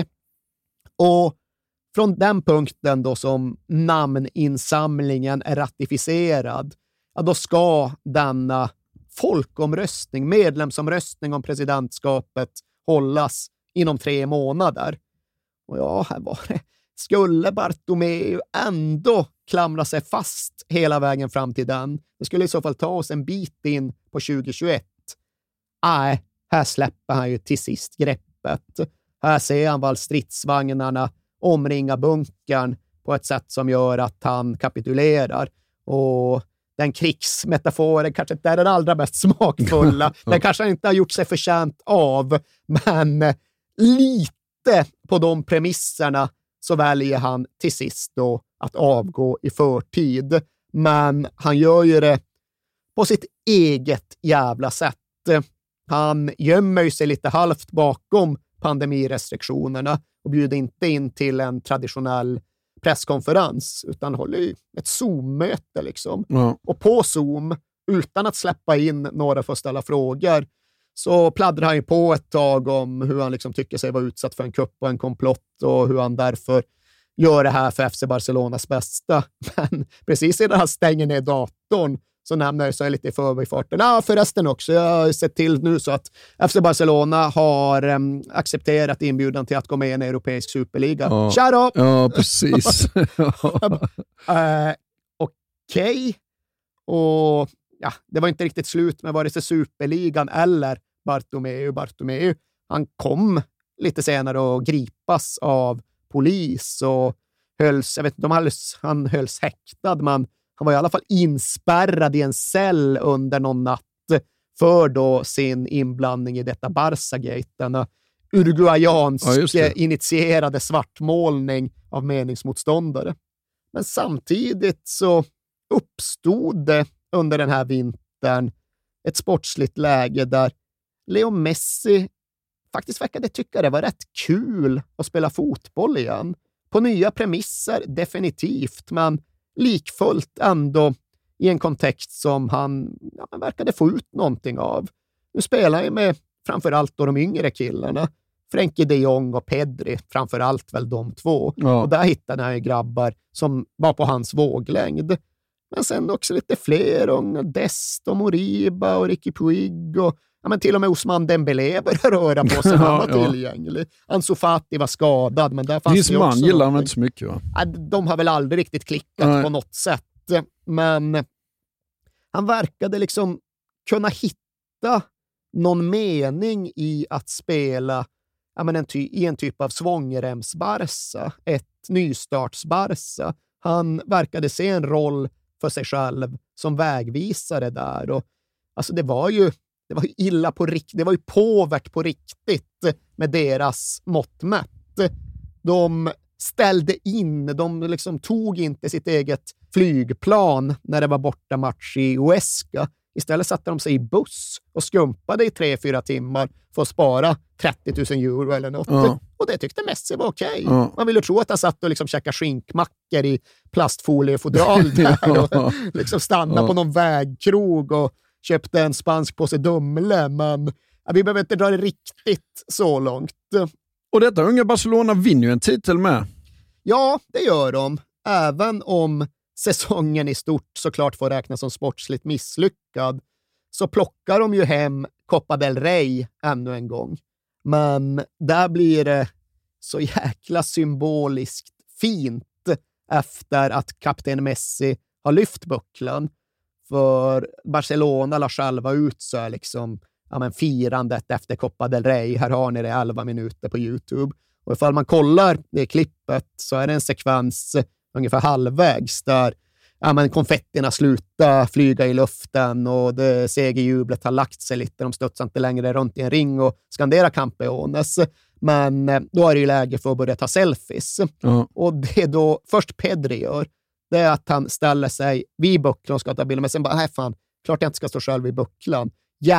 Och från den punkten då som namninsamlingen är ratificerad, ja, då ska denna folkomröstning, medlemsomröstning om presidentskapet hållas inom tre månader. Och ja, här var det. Skulle Bartomeu ändå klamra sig fast hela vägen fram till den, det skulle i så fall ta oss en bit in på tjugohundratjugoett. Nej, här släpper han ju till sist greppet. Här ser han väl stridsvagnarna omringa bunkern på ett sätt som gör att han kapitulerar. Och den krigsmetaforen kanske inte är den allra mest smakfulla. Den kanske inte har gjort sig förtjänt av, men lite på de premisserna så väljer han till sist då att avgå i förtid. Men han gör ju det på sitt eget jävla sätt. Han gömmer sig lite halvt bakom pandemirestriktionerna och bjuder inte in till en traditionell presskonferens utan håller ju ett Zoom-möte liksom. Ja. Och på Zoom, utan att släppa in några för att ställa frågor, så pladdrar han ju på ett tag om hur han liksom tycker sig vara utsatt för en kupp och en komplott och hur han därför gör det här för F C Barcelonas bästa. Men precis innan han stänger ner datorn så nämner jag så lite i förbifarten. Ja, förresten också. Jag har sett till nu så att F C Barcelona har um, accepterat inbjudan till att gå med i en europeisk superliga. Ja. Tja då! Ja, precis. uh, Okej. Okay. Och ja, det var inte riktigt slut med vare sig superligan eller Bartomeu. Bartomeu, han kom lite senare att gripas av polis och hölls, jag vet inte om han hölls, han hölls häktad, men han var i alla fall inspärrad i en cell under någon natt för då sin inblandning i detta Barça-gate, denna uruguayansk ja, initierade svartmålning av meningsmotståndare. Men samtidigt så uppstod det under den här vintern ett sportsligt läge där Leo Messi faktiskt verkade tycka det var rätt kul att spela fotboll igen. På nya premisser, definitivt, men likfullt ändå i en kontext som han ja, verkade få ut någonting av. Nu spelar han med framförallt då de yngre killarna. Frenkie de Jong och Pedri, framförallt väl de två. Ja. Och där hittade han ju grabbar som var på hans våglängd. Men sen också lite fler, unga Dest och Moriba och Ricky Puig och ja, men till och med Ousmane Dembélé började röra på sig. Han var ja, tillgänglig. Ansu Fati var skadad, men där fanns det också gillar han inte så mycket, va? De har väl aldrig riktigt klickat Nej. på något sätt. Men han verkade liksom kunna hitta någon mening i att spela ja, men en ty- i en typ av svångremsbarsa, ett nystartsbarsa. Han verkade se en roll för sig själv som vägvisare där. Och, alltså det var ju det var ju illa på riktigt. Det var ju påvert på riktigt med deras mått mätt. De ställde in, de liksom tog inte sitt eget flygplan när det var borta match i Huesca. Istället satte de sig i buss och skumpade i tre, fyra timmar för att spara trettio tusen euro eller något. Ja. Och det tyckte Messi var okej. Okay. Ja. Man ville tro att han satt och liksom käkade skinkmackor i plastfoliefodral där och liksom stannade ja. på någon vägkrog och köpte en spansk påse Dumle, men ja, vi behöver inte dra det riktigt så långt. Och detta unga Barcelona vinner ju en titel med. Ja, det gör de. Även om säsongen i stort såklart får räknas som sportsligt misslyckad, så plockar de ju hem Copa del Rey ännu en gång. Men där blir det så jäkla symboliskt fint efter att kapten Messi har lyft bucklan. För Barcelona la själva ut så här liksom, ja men firandet efter Copa del Rey. Här har ni det elva minuter på YouTube. Och ifall man kollar det klippet så är det en sekvens ungefär halvvägs där ja, men konfetterna slutar flyga i luften och det segerjublet har lagt sig lite. De studsar inte längre runt i en ring och skanderar Campeones. Men då är det ju läge för att börja ta selfies. Uh-huh. Och det då först Pedri gör, det är att han ställer sig vid bucklan och ska ta bilder. Men sen bara, nej fan, klart jag inte ska stå själv vid bucklan.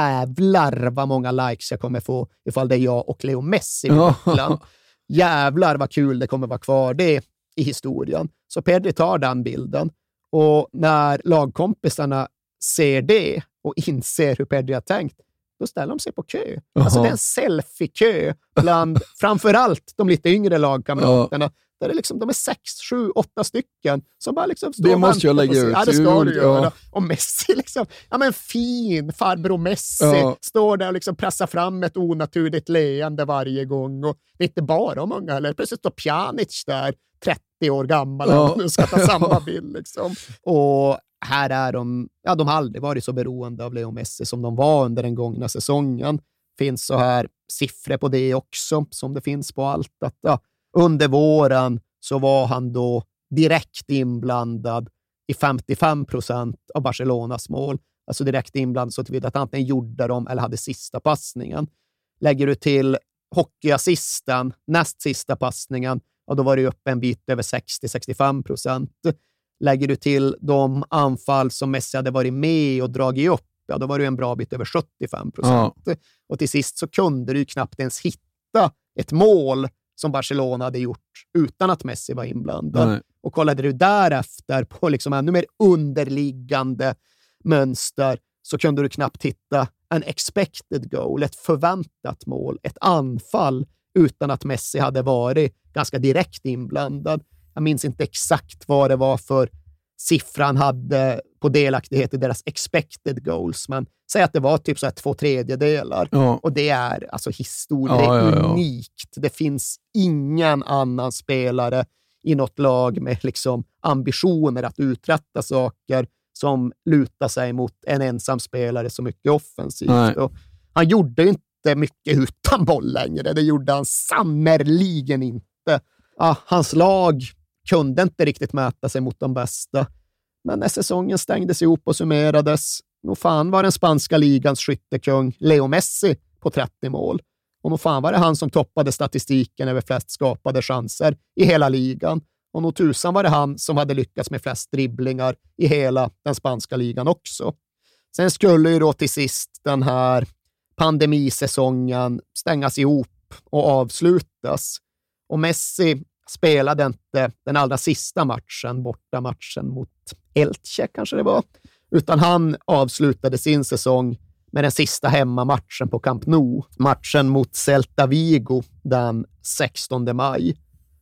Jävlar vad många likes jag kommer få ifall det är jag och Leo Messi vid bucklan. Jävlar vad kul det kommer vara kvar det i historien. Så Pedri tar den bilden. Och när lagkompisarna ser det och inser hur Pedri har tänkt, då ställer de sig på kö. Aha. Alltså det är en selfie-kö bland framförallt de lite yngre lagkamraterna. Ja. Där det liksom, de är sex, sju, åtta stycken som bara liksom står det måste jag lägga ut. Ja, det ska du göra. Ja. Och Messi liksom, ja men fin farbror Messi ja. står där och liksom pressar fram ett onaturligt leende varje gång. Och det är inte bara om unga, eller plötsligt står Pjanic där, trettio år gammal, ja. nu ska ta samma bild liksom. Och här är de, ja de har aldrig varit så beroende av Leo Messi som de var under den gångna säsongen. Finns så här siffror på det också, som det finns på allt. Att, ja, under våren så var han då direkt inblandad i femtiofem procent av Barcelonas mål. Alltså direkt inblandad så tillvida att antingen gjorde de eller hade sista passningen. Lägger du till hockeyassisten, näst sista passningen, ja, då var det upp en bit över sextio till sextiofem procent. Lägger du till de anfall som Messi hade varit med och dragit upp, ja, då var det en bra bit över sjuttiofem procent. Ja. Och till sist så kunde du ju knappt ens hitta ett mål som Barcelona hade gjort utan att Messi var inblandad. Nej. Och kollade du därefter på liksom ännu mer underliggande mönster så kunde du knappt hitta en expected goal, ett förväntat mål, ett anfall utan att Messi hade varit ganska direkt inblandad. Jag minns inte exakt vad det var för siffran hade på delaktighet i deras expected goals, men säg att det var typ så här två tredjedelar. Ja. Och det är alltså historiskt ja, ja, ja. unikt. Det finns ingen annan spelare i något lag med liksom ambitioner att uträtta saker som lutar sig mot en ensam spelare så mycket offensivt. Och han gjorde ju inte mycket utan boll längre. Det gjorde han sannerligen inte. Ja, hans lag kunde inte riktigt mäta sig mot de bästa. Men när säsongen stängdes ihop och summerades, nog fan var den spanska ligans skyttekung Leo Messi på trettio mål. Och nog fan var det han som toppade statistiken över flest skapade chanser i hela ligan. Och nog tusan var det han som hade lyckats med flest dribblingar i hela den spanska ligan också. Sen skulle ju då till sist den här pandemisäsongen stängas ihop och avslutas. Och Messi spelade inte den allra sista matchen, borta matchen mot Elche kanske det var, utan han avslutade sin säsong med den sista hemmamatchen på Camp Nou, matchen mot Celta Vigo den sextonde maj.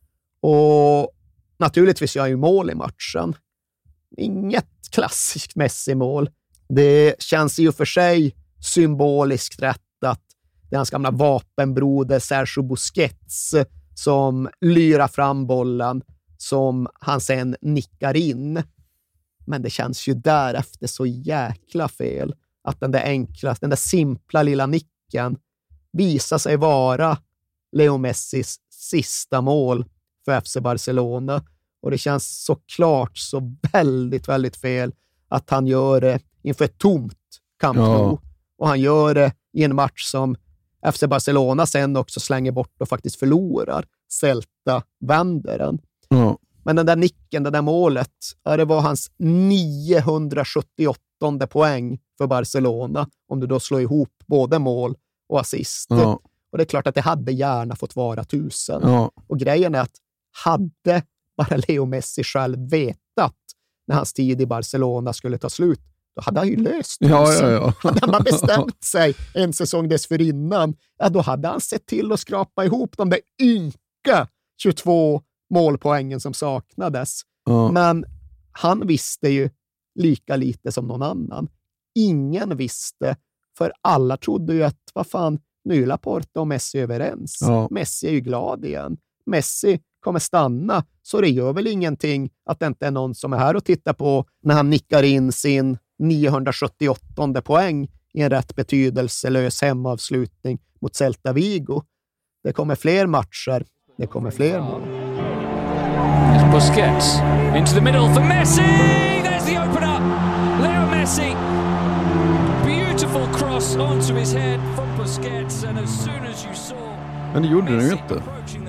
Och naturligtvis gör han ju mål i matchen. Inget klassiskt Messi-mål. Det känns ju för sig symboliskt rätt att det är hans gamla vapenbroder Sergio Busquets som lyrar fram bollen som han sen nickar in. Men det känns ju därefter så jäkla fel att den där enkla, den där simpla lilla nicken visar sig vara Leo Messis sista mål för F C Barcelona. Och det känns såklart så väldigt, väldigt fel att han gör det inför ett tomt Camp Nou. Ja. Och han gör det i en match som F C Barcelona sen också slänger bort och faktiskt förlorar. Celta vänder den. Ja. Men den där nicken, det där målet, ja, det var hans niohundrasjuttioåttonde poäng för Barcelona. Om du då slår ihop både mål och assist. Ja. Och det är klart att det hade gärna fått vara tusen. Ja. Och grejen är att hade bara Leo Messi själv vetat när hans tid i Barcelona skulle ta slut, då hade han ju löst det. Ja, ja, ja. Hade man bestämt sig en säsong dessförinnan, ja, då hade han sett till att skrapa ihop de där ynka tjugotvå målpoängen som saknades. Ja. Men han visste ju lika lite som någon annan. Ingen visste, för alla trodde ju att, vad fan, nu är Laporta och Messi överens. Ja. Messi är ju glad igen. Messi kommer stanna, så det gör väl ingenting att det inte är någon som är här och tittar på när han nickar in sin niohundrasjuttioåttonde poäng i en rätt betydelselös hemavslutning mot Celta Vigo. Det kommer fler matcher, det kommer fler mål. Busquets into the middle for Messi. There's the opener. Leo Messi. Beautiful cross onto his head from Busquets, and as soon as you saw. Men det gjorde den ju inte.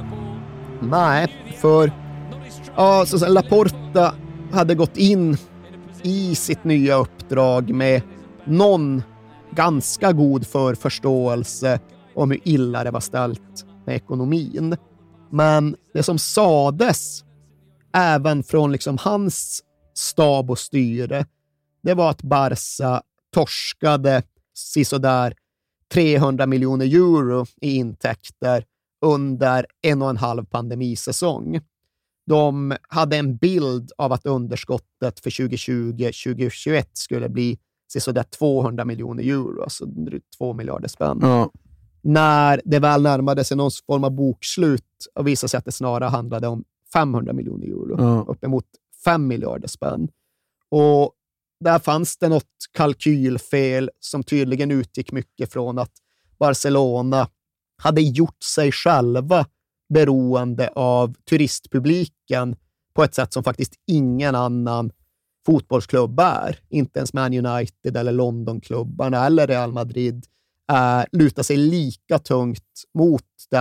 Nej, för ja, så sen Laporta hade gått in i sitt nya uppdrag med någon ganska god förförståelse om hur illa det var ställt med ekonomin. Men det som sades även från liksom hans stab och styre, det var att Barca torskade sisådär trehundra miljoner euro i intäkter under en och en halv pandemisäsong. De hade en bild av att underskottet för tjugohundratjugo tjugohundratjugoett skulle bli sådär tvåhundra miljoner euro, alltså drygt två miljarder spänn. Ja. När det väl närmade sig någon form av bokslut och visade sig att det snarare handlade om femhundra miljoner euro, ja. Uppemot fem miljarder spänn. Och där fanns det något kalkylfel som tydligen utgick mycket från att Barcelona hade gjort sig själva beroende av turistpubliken på ett sätt som faktiskt ingen annan fotbollsklubb är. Inte ens Man United eller Londonklubbarna eller Real Madrid äh, lutar sig lika tungt mot den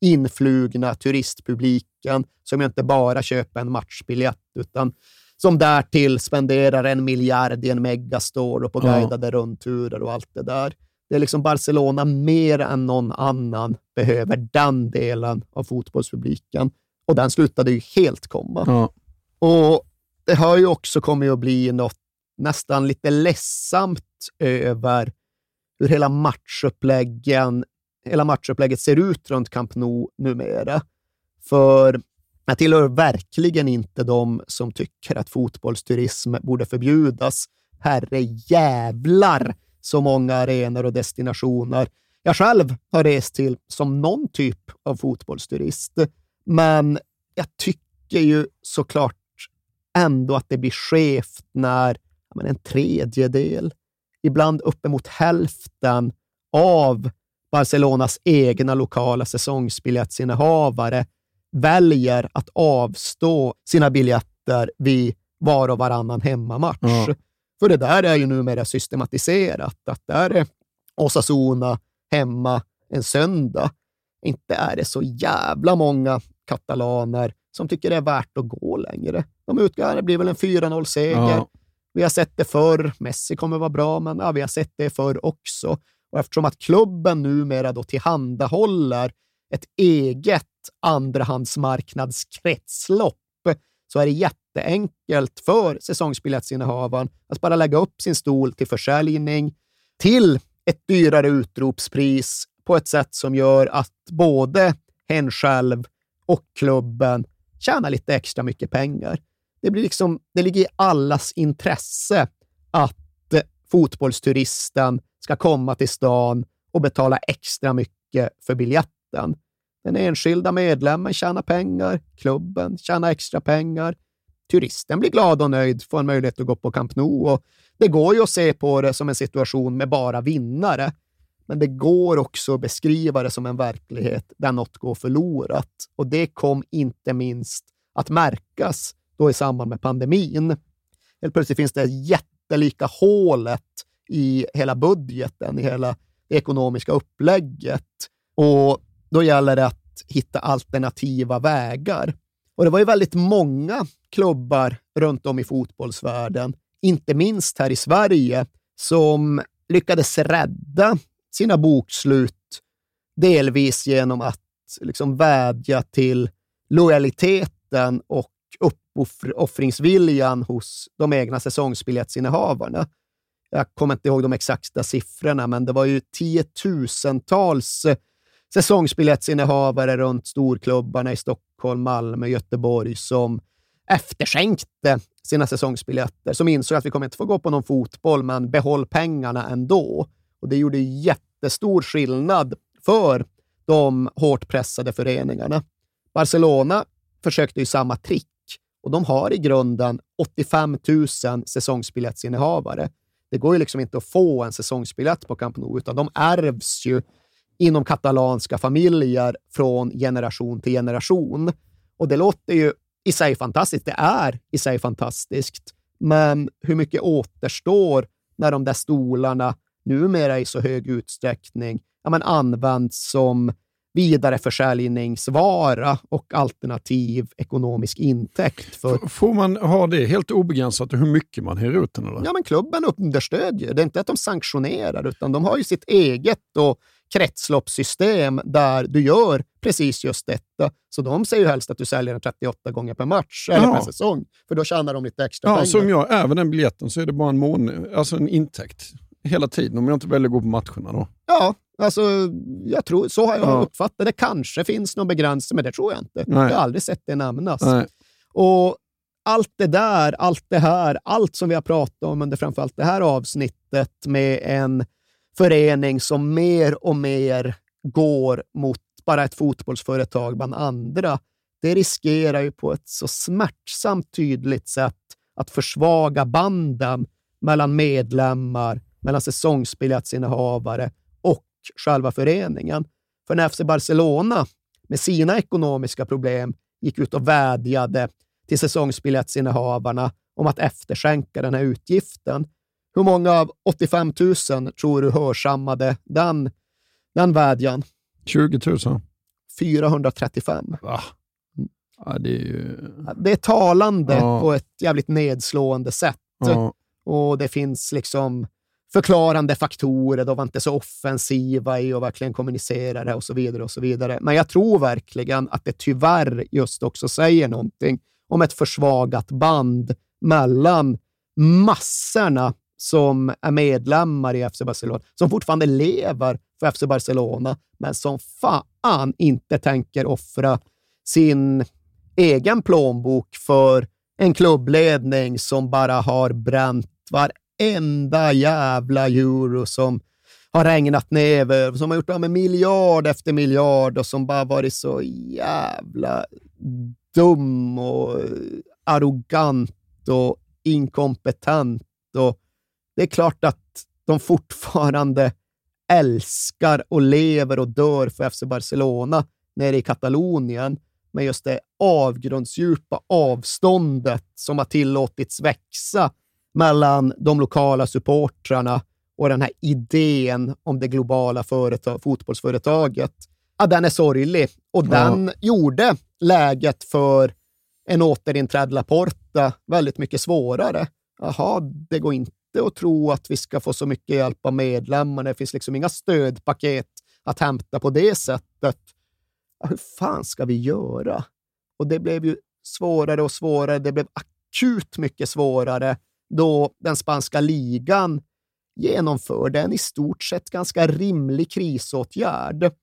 influgna turistpubliken som ju inte bara köper en matchbiljett utan som därtill spenderar en miljard i en megastore och på guidade ja. rundturer och allt det där. Det är liksom Barcelona mer än någon annan behöver den delen av fotbollspubliken. Och den slutade ju helt komma. Ja. Och det har ju också kommit att bli något nästan lite ledsamt över hur hela matchuppläggen, hela matchupplägget ser ut runt Camp Nou numera. För jag tillhör verkligen inte de som tycker att fotbollsturism borde förbjudas. Herre jävlar så många arenor och destinationer jag själv har rest till som någon typ av fotbollsturist. Men jag tycker ju såklart ändå att det blir skevt när men, en tredjedel, ibland uppemot hälften av Barcelonas egna lokala säsongsbiljettsinnehavare väljer att avstå sina biljetter vid var och varannan hemmamatch. Ja. För det där är ju numera systematiserat. Att där är Osasuna hemma en söndag. Inte är det så jävla många katalaner som tycker det är värt att gå längre. De utgår, det blir väl en fyra noll-seger. Ja. Vi har sett det förr. Messi kommer vara bra, men ja, vi har sett det förr också. Och eftersom att klubben numera då tillhandahåller ett eget andrahandsmarknadskretslopp så är det jätteenkelt för säsongsbiljettsinnehavaren att bara lägga upp sin stol till försäljning till ett dyrare utropspris på ett sätt som gör att både hen själv och klubben tjänar lite extra mycket pengar. Det blir liksom, det ligger i allas intresse att fotbollsturisten ska komma till stan och betala extra mycket för biljetten. Den enskilda medlemmen tjänar pengar, klubben tjänar extra pengar. Turisten blir glad och nöjd, får en möjlighet att gå på Camp Nou och det går ju att se på det som en situation med bara vinnare. Men det går också att beskriva det som en verklighet där något går förlorat. Och det kom inte minst att märkas då i samband med pandemin. Helt plötsligt finns det jättelika hålet i hela budgeten, i hela det ekonomiska upplägget. Och då gäller det att hitta alternativa vägar. Och det var ju väldigt många klubbar runt om i fotbollsvärlden, inte minst här i Sverige, som lyckades rädda sina bokslut delvis genom att liksom vädja till lojaliteten och uppoffringsviljan hos de egna säsongsbiljettsinnehavarna. Jag kommer inte ihåg de exakta siffrorna, men det var ju tiotusentals säsongsbiljettsinnehavare runt storklubbarna i Stockholm, Malmö, Göteborg som efterskänkte sina säsongsbiljetter, som insåg att vi kommer inte få gå på någon fotboll, men behåll pengarna ändå. Och det gjorde jättestor skillnad för de hårt pressade föreningarna. Barcelona försökte ju samma trick och de har i grunden åttiofem tusen säsongsbiljettsinnehavare. Det går ju liksom inte att få en säsongsbiljett på Camp Nou, utan de ärvs ju inom katalanska familjer från generation till generation. Och det låter ju i sig fantastiskt. Det är i sig fantastiskt. Men hur mycket återstår när de där stolarna numera i så hög utsträckning ja, men används som vidareförsäljningsvara och alternativ ekonomisk intäkt. För... Får man ha det helt obegränsat hur mycket man hyr ut den? Eller? Ja, men klubben understödjer. Det är inte att de sanktionerar, utan de har ju sitt eget och kretsloppssystem där du gör precis just detta. Så de säger ju helst att du säljer den trettioåtta gånger per match eller ja. per säsong. För då tjänar de lite extra ja, pengar. Som jag, även den biljetten så är det bara en månad, alltså en intäkt hela tiden om jag inte väljer att gå på matcherna då. Ja, alltså jag tror, så har jag ja. uppfattat. Det kanske finns någon begränsning, men det tror jag inte. Nej. Jag har aldrig sett det nämnas. Nej. Och allt det där, allt det här, allt som vi har pratat om under framförallt det här avsnittet med en förening som mer och mer går mot bara ett fotbollsföretag bland andra, det riskerar ju på ett så smärtsamt tydligt sätt att försvaga banden mellan medlemmar, mellan säsongsbiljettsinnehavare och själva föreningen. För när F C Barcelona med sina ekonomiska problem gick ut och vädjade till säsongsbiljettsinnehavarna om att efterskänka den här utgiften, hur många av åttiofem tusen tror du hörsammade den, den vädjan? tjugo tusen. fyrahundratrettiofem. Va? Ja, det är ju... Det är talande ja. på ett jävligt nedslående sätt. Ja. Och det finns liksom förklarande faktorer. De var inte så offensiva i att verkligen kommunicera det och så vidare och så vidare. Men jag tror verkligen att det tyvärr just också säger någonting om ett försvagat band mellan massorna som är medlemmar i F C Barcelona, som fortfarande lever för F C Barcelona, men som fan inte tänker offra sin egen plånbok för en klubbledning som bara har bränt varenda jävla euro som har regnat ner över, som har gjort av med miljard efter miljard och som bara varit så jävla dum och arrogant och inkompetent. Och det är klart att de fortfarande älskar och lever och dör för F C Barcelona nere i Katalonien, men just det avgrundsdjupa avståndet som har tillåtits växa mellan de lokala supportrarna och den här idén om det globala företag, fotbollsföretaget, ja, den är sorglig. Och ja. den gjorde läget för en återinträdd Laporta väldigt mycket svårare. Jaha, det går inte att tro att vi ska få så mycket hjälp av medlemmarna. Det finns liksom inga stödpaket att hämta på det sättet. Ja, hur fan ska vi göra? Och det blev ju svårare och svårare. Det blev akut mycket svårare då den spanska ligan genomförde en i stort sett ganska rimlig krisåtgärd.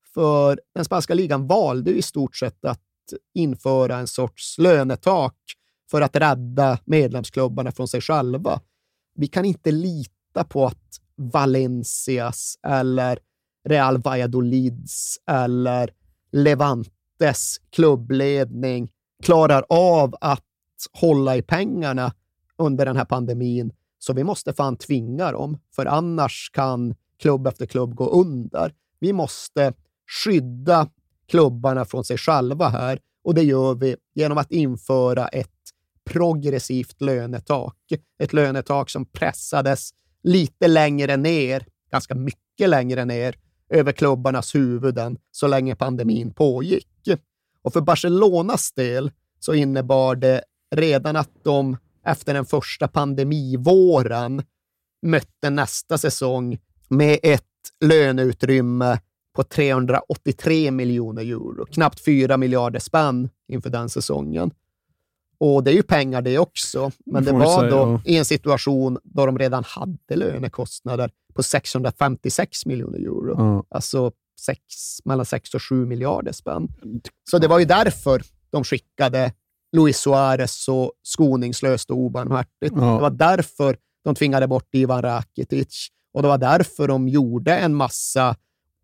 För den spanska ligan valde i stort sett att införa en sorts lönetak för att rädda medlemsklubbarna från sig själva. Vi kan inte lita på att Valencias eller Real Valladolids eller Levantes klubbledning klarar av att hålla i pengarna under den här pandemin. Så vi måste fan tvinga dem, för annars kan klubb efter klubb gå under. Vi måste skydda klubbarna från sig själva här, och det gör vi genom att införa ett progressivt lönetak. Ett lönetak som pressades lite längre ner, ganska mycket längre ner, över klubbarnas huvuden så länge pandemin pågick. Och för Barcelonas del så innebar det redan att de efter den första pandemivåren mötte nästa säsong med ett löneutrymme på trehundraåttiotre miljoner euro. Knappt fyra miljarder spänn inför den säsongen. Och det är ju pengar det också. Men det var säga, då ja. i en situation då de redan hade lönekostnader på sexhundrafemtiosex miljoner euro. Ja. Alltså sex, mellan sex och sju miljarder spänn. Så det var ju därför de skickade Luis Suarez så skoningslöst och obarmhärtigt. Ja. Det var därför de tvingade bort Ivan Rakitic. Och det var därför de gjorde en massa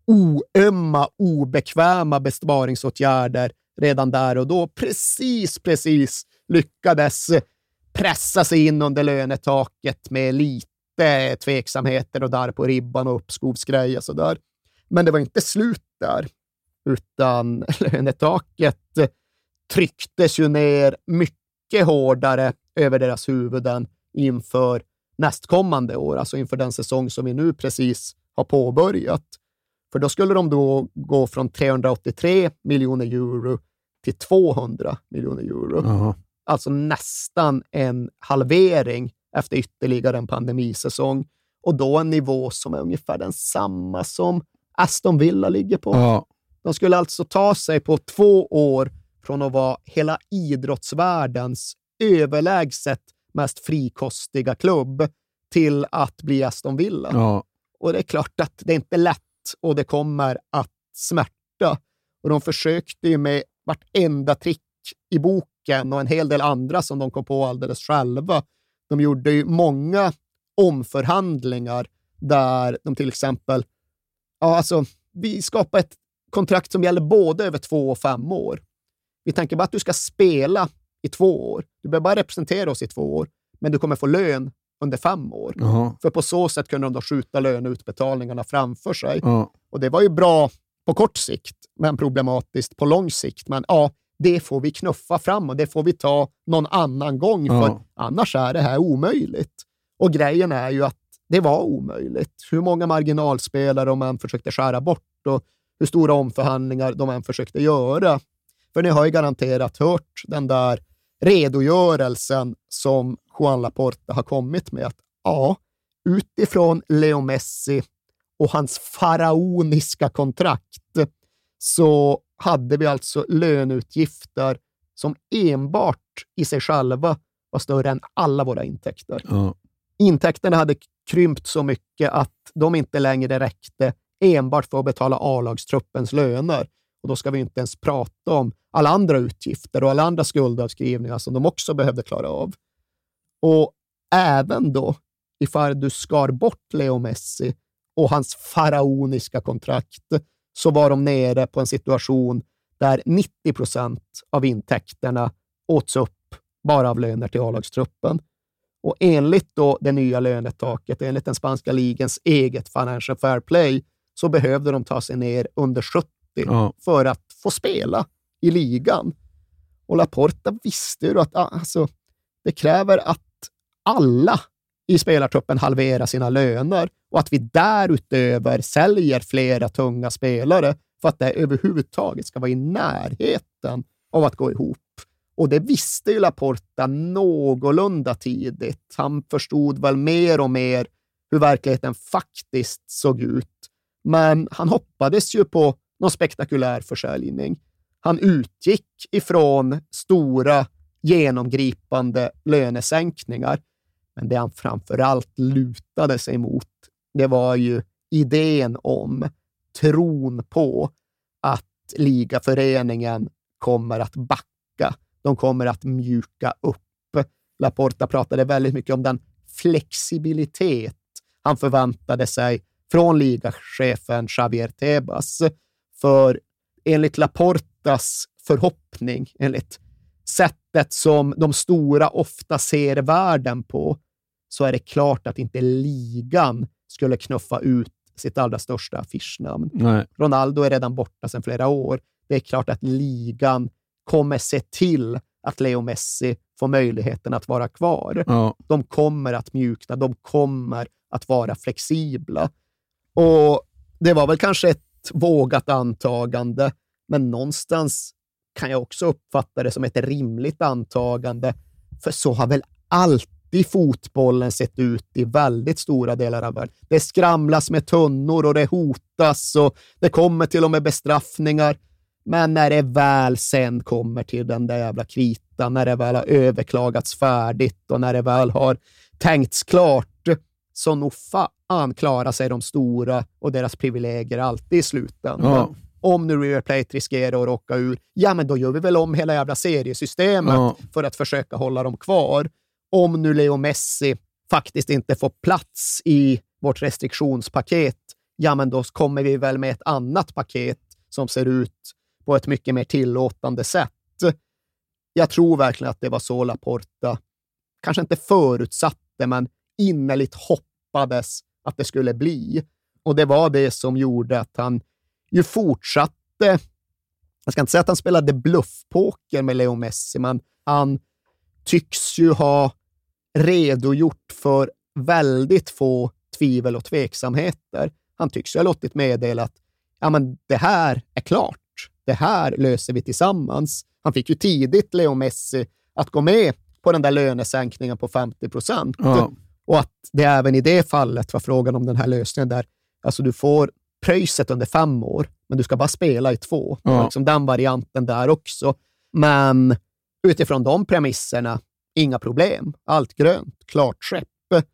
oömma, obekväma besparingsåtgärder redan där och då. Precis, precis lyckades pressa sig in under lönetaket med lite tveksamheter och där på ribban och uppskovsgrejer och sådär. Men det var inte slut där, utan lönetaket trycktes ju ner mycket hårdare över deras huvuden inför nästkommande år, alltså inför den säsong som vi nu precis har påbörjat. För då skulle de då gå från trehundraåttiotre miljoner euro till tvåhundra miljoner euro. Uh-huh. Alltså nästan en halvering efter ytterligare en pandemisäsong. Och då en nivå som är ungefär densamma som Aston Villa ligger på. Uh-huh. De skulle alltså ta sig på två år från att vara hela idrottsvärldens överlägset mest frikostiga klubb till att bli Aston Villa. Uh-huh. Och det är klart att det är inte lätt och det kommer att smärta. Och de försökte ju med vartenda trick i boken och en hel del andra som de kom på alldeles själva. De gjorde ju många omförhandlingar där de till exempel, ja alltså, vi skapar ett kontrakt som gäller både över två och fem år. Vi tänker bara att du ska spela i två år. Du behöver bara representera oss i två år, men du kommer få lön under fem år. Uh-huh. För på så sätt kunde de då skjuta löneutbetalningarna framför sig. Uh-huh. Och det var ju bra på kort sikt, men problematiskt på lång sikt. Men ja, det får vi knuffa fram och det får vi ta någon annan gång, uh-huh. för annars är det här omöjligt. Och grejen är ju att det var omöjligt. Hur många marginalspelare man försökte skära bort och hur stora omförhandlingar de än försökte göra. För ni har ju garanterat hört den där redogörelsen som Joan Laporta har kommit med. Att ja, utifrån Leo Messi och hans faraoniska kontrakt så hade vi alltså löneutgifter som enbart i sig själva var större än alla våra intäkter. Ja. Intäkterna hade krympt så mycket att de inte längre räckte enbart för att betala A-lagstruppens löner. Och då ska vi inte ens prata om alla andra utgifter och alla andra skuldavskrivningar som de också behövde klara av. Och även då, ifall du skar bort Leo Messi och hans faraoniska kontrakt, så var de nere på en situation där nittio procent av intäkterna åts upp bara av löner till A-lagstruppen. Och enligt då det nya lönetaket, enligt den spanska ligens eget Financial Fair Play, så behövde de ta sig ner under sjuttio ja. för att få spela i ligan. Och Laporta visste ju att alltså, det kräver att alla i spelartruppen halverar sina löner och att vi därutöver säljer flera tunga spelare för att det överhuvudtaget ska vara i närheten av att gå ihop. Och det visste ju Laporta någorlunda tidigt. Han förstod väl mer och mer hur verkligheten faktiskt såg ut. Men han hoppades ju på någon spektakulär försäljning. Han utgick ifrån stora genomgripande lönesänkningar. Men det han framförallt lutade sig mot, det var ju idén om, tron på att ligaföreningen kommer att backa. De kommer att mjuka upp. Laporta pratade väldigt mycket om den flexibilitet han förväntade sig från ligachefen Javier Tebas. För enligt Laportas förhoppning, enligt sättet som de stora ofta ser världen på, så är det klart att inte ligan skulle knuffa ut sitt allra största affischnamn. Nej. Ronaldo är redan borta sedan flera år. Det är klart att ligan kommer se till att Leo Messi får möjligheten att vara kvar. Ja. De kommer att mjukna, de kommer att vara flexibla. Och det var väl kanske ett vågat antagande, men någonstans kan jag också uppfatta det som ett rimligt antagande, för så har väl alltid fotbollen sett ut i väldigt stora delar av världen. Det skramlas med tunnor och det hotas och det kommer till och med bestraffningar. Men när det väl sen kommer till den där jävla kritan, när det väl har överklagats färdigt och när det väl har tänkts klart, så nog fan klarar sig de stora och deras privilegier alltid i slutändan. Ja. Om nu River Plate riskerar att råka ur, ja men då gör vi väl om hela jävla seriesystemet ja. för att försöka hålla dem kvar. Om nu Leo Messi faktiskt inte får plats i vårt restriktionspaket, ja men då kommer vi väl med ett annat paket som ser ut på ett mycket mer tillåtande sätt. Jag tror verkligen att det var så Laporta, kanske inte förutsatte, men innerligt hoppades att det skulle bli. Och det var det som gjorde att han ju fortsatte, jag ska inte säga att han spelade bluffpoker med Leo Messi, men han tycks ju ha redogjort för väldigt få tvivel och tveksamheter. Han tycks ju ha låtit meddela att ja, men det här är klart. Det här löser vi tillsammans. Han fick ju tidigt Leo Messi att gå med på den där lönesänkningen på femtio procent. Ja. Och att det även i det fallet var frågan om den här lösningen där alltså du får pröjset under fem år, men du ska bara spela i två. Ja. Liksom den varianten där också. Men utifrån de premisserna, inga problem. Allt grönt, klart skepp.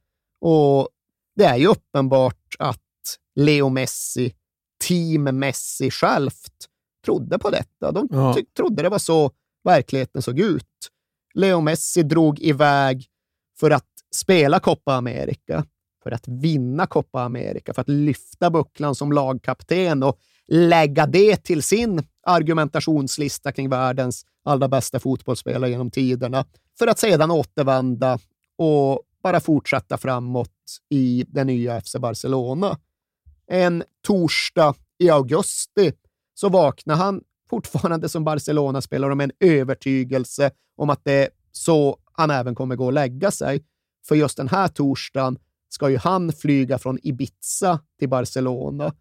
Och det är ju uppenbart att Leo Messi, team Messi självt, trodde på detta. De ja. ty- trodde det var så verkligheten såg ut. Leo Messi drog iväg för att spela Copa America, för att vinna Copa America, för att lyfta bucklan som lagkapten och lägga det till sin argumentationslista kring världens allra bästa fotbollsspelare genom tiderna, för att sedan återvända och bara fortsätta framåt i det nya F C Barcelona. En torsdag i augusti så vaknar han fortfarande som Barcelona-spelare med en övertygelse om att det är så han även kommer gå och lägga sig. För just den här torsdagen ska ju han flyga från Ibiza till Barcelona.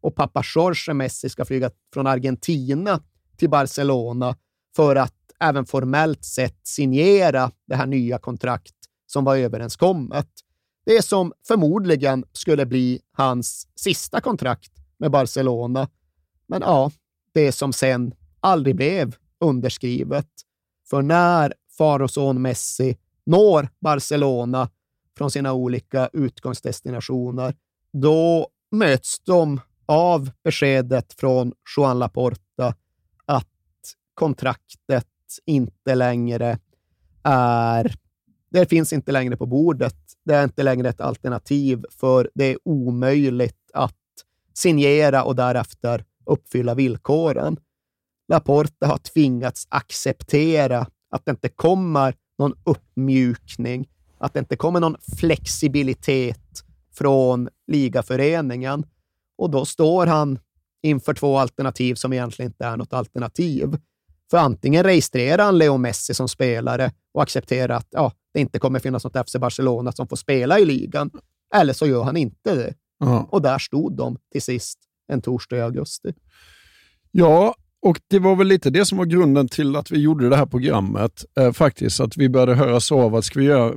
och pappa Jorge Messi ska flyga från Argentina till Barcelona för att även formellt sett signera det här nya kontrakt som var överenskommet. Det som förmodligen skulle bli hans sista kontrakt med Barcelona. Men ja, det som sen aldrig blev underskrivet. För när far och son Messi når Barcelona från sina olika utgångsdestinationer, då möts de av beskedet från Joan Laporta att kontraktet inte längre är, det finns inte längre på bordet. Det är inte längre ett alternativ, för det är omöjligt att signera och därefter uppfylla villkoren. Laporta har tvingats acceptera att det inte kommer någon uppmjukning, att det inte kommer någon flexibilitet från ligaföreningen. Och då står han inför två alternativ som egentligen inte är något alternativ. För antingen registrerar han Leo Messi som spelare och accepterar att ja, det inte kommer finnas något F C Barcelona som får spela i ligan. Eller så gör han inte det. Mm. Och där stod de till sist en torsdag i augusti. Ja, och det var väl lite det som var grunden till att vi gjorde det här programmet. Eh, faktiskt, att vi började höras av att ska vi göra...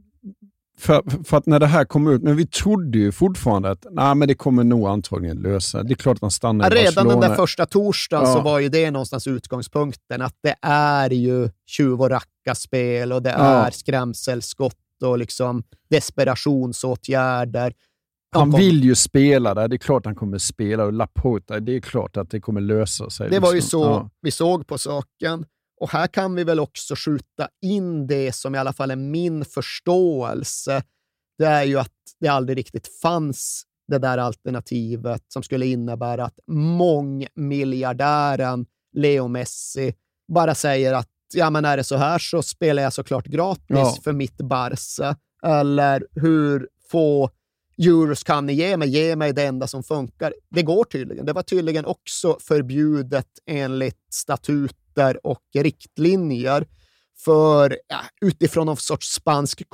För, för att när det här kom ut, men vi trodde ju fortfarande att nej, men det kommer nog antagligen lösa. Det är klart att han stannar i Redan Barcelona. den där första torsdagen ja. så var ju det någonstans utgångspunkten, att det är ju tjuv- och rackarspel och det ja. är skrämselskott och liksom desperationsåtgärder. Han kom... vill ju spela där. Det är klart han kommer spela, och Laporta, det är klart att det kommer lösa sig. Det liksom. var ju så ja. vi såg på saken. Och här kan vi väl också skjuta in det som i alla fall är min förståelse. Det är ju att det aldrig riktigt fanns det där alternativet som skulle innebära att mångmiljardären Leo Messi bara säger att ja, men är det så här så spelar jag såklart gratis ja. för mitt Barca. Eller hur få euros kan ni ge mig? Ge mig det enda som funkar. Det går tydligen. Det var tydligen också förbjudet enligt statut och riktlinjer, för ja, utifrån någon sorts spansk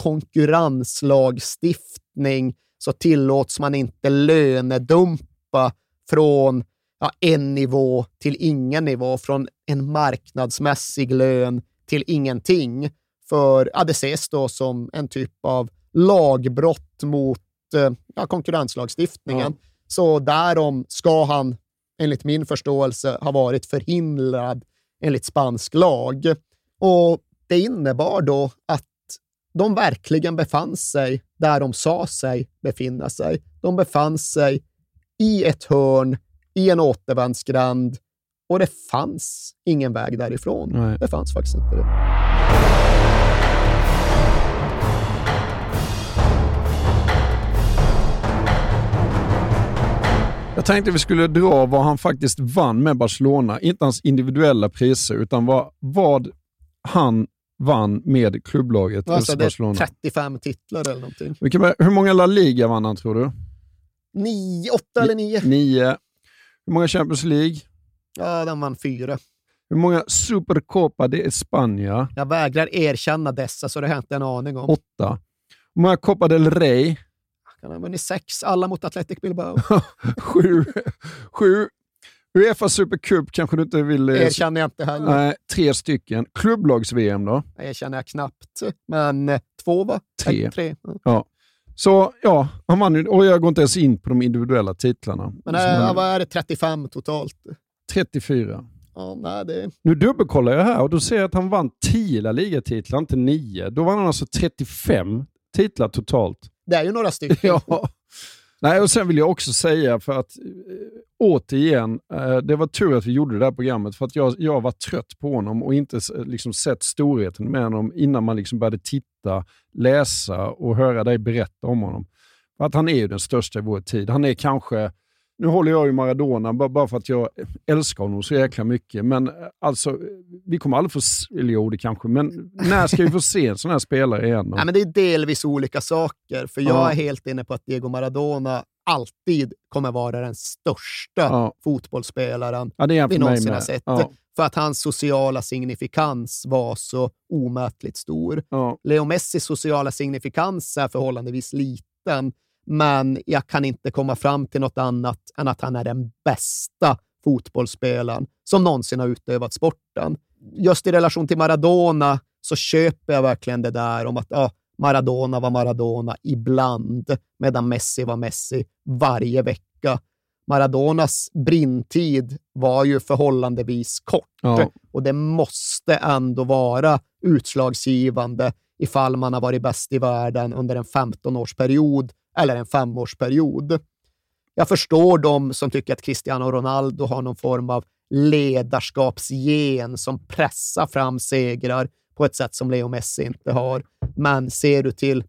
konkurrenslagstiftning så tillåts man inte lönedumpa från ja, en nivå till ingen nivå, från en marknadsmässig lön till ingenting, för ja, det ses då som en typ av lagbrott mot ja, konkurrenslagstiftningen. Ja. Så därom ska han enligt min förståelse ha varit förhindrad enligt spansk lag. Och det innebar då att de verkligen befann sig där de sa sig befinna sig. De befann sig i ett hörn, i en återvändsgränd, och det fanns ingen väg därifrån. Nej. Det fanns faktiskt inte det. Jag tänkte vi skulle dra vad han faktiskt vann med Barcelona. Inte hans individuella priser, utan vad, vad han vann med klubblaget. Alltså det är trettiofem titlar eller någonting. Hur många La Liga vann han, tror du? Nio, åtta eller nio. Nio. Hur många Champions League? Ja, den vann fyra. Hur många Supercopa de España? Jag vägrar erkänna dessa, så det har jag inte en aning om. Åtta. Hur många Copa del Rey? Kan ha vunnit sex, alla mot Athletic Bilbao. Sju. Sju. UEFA Supercup kanske du inte vill... Erkänner jag inte heller. Nej, tre stycken. Klubblags-V M då? Det erkänner jag knappt. Men eh, två va? Tre. Äh, tre. Ja. ja. Så ja, han vann ju, och jag går inte ens in på de individuella titlarna. Men äh, vad är det? trettiofem totalt? trettiofyra. Ja, nej, det... Nu dubbelkollar jag här och då ser jag att han vann tio La Liga-titlar, inte nio. Då vann han alltså trettiofem titlar totalt. Det är ju några stycken. Ja. Nej, och sen vill jag också säga, för att återigen, det var tur att vi gjorde det här programmet, för att jag, jag var trött på honom och inte liksom sett storheten med honom innan man liksom började titta, läsa och höra dig berätta om honom. För att han är ju den största i vår tid. Han är kanske, nu håller jag ju Maradona bara, bara för att jag älskar honom så jäkla mycket, men alltså vi kommer aldrig få, eller jo det kanske, men när ska vi få se en sån här spelare igen? Nej, men det är delvis olika saker, för jag ja. är helt inne på att Diego Maradona alltid kommer vara den största ja. fotbollsspelaren ja, det är vi någonsin har sett. Ja. För att hans sociala signifikans var så omätligt stor. Ja. Leo Messis sociala signifikans är förhållandevis liten, men jag kan inte komma fram till något annat än att han är den bästa fotbollsspelaren som någonsin har utövat sporten. Just i relation till Maradona så köper jag verkligen det där om att ja, Maradona var Maradona ibland, medan Messi var Messi varje vecka. Maradonas brintid var ju förhållandevis kort, ja. Och det måste ändå vara utslagsgivande ifall man har varit bäst i världen under en femton-årsperiod eller en femårsperiod. Jag förstår de som tycker att Cristiano Ronaldo har någon form av ledarskapsgen som pressar fram segrar på ett sätt som Leo Messi inte har. Men ser du till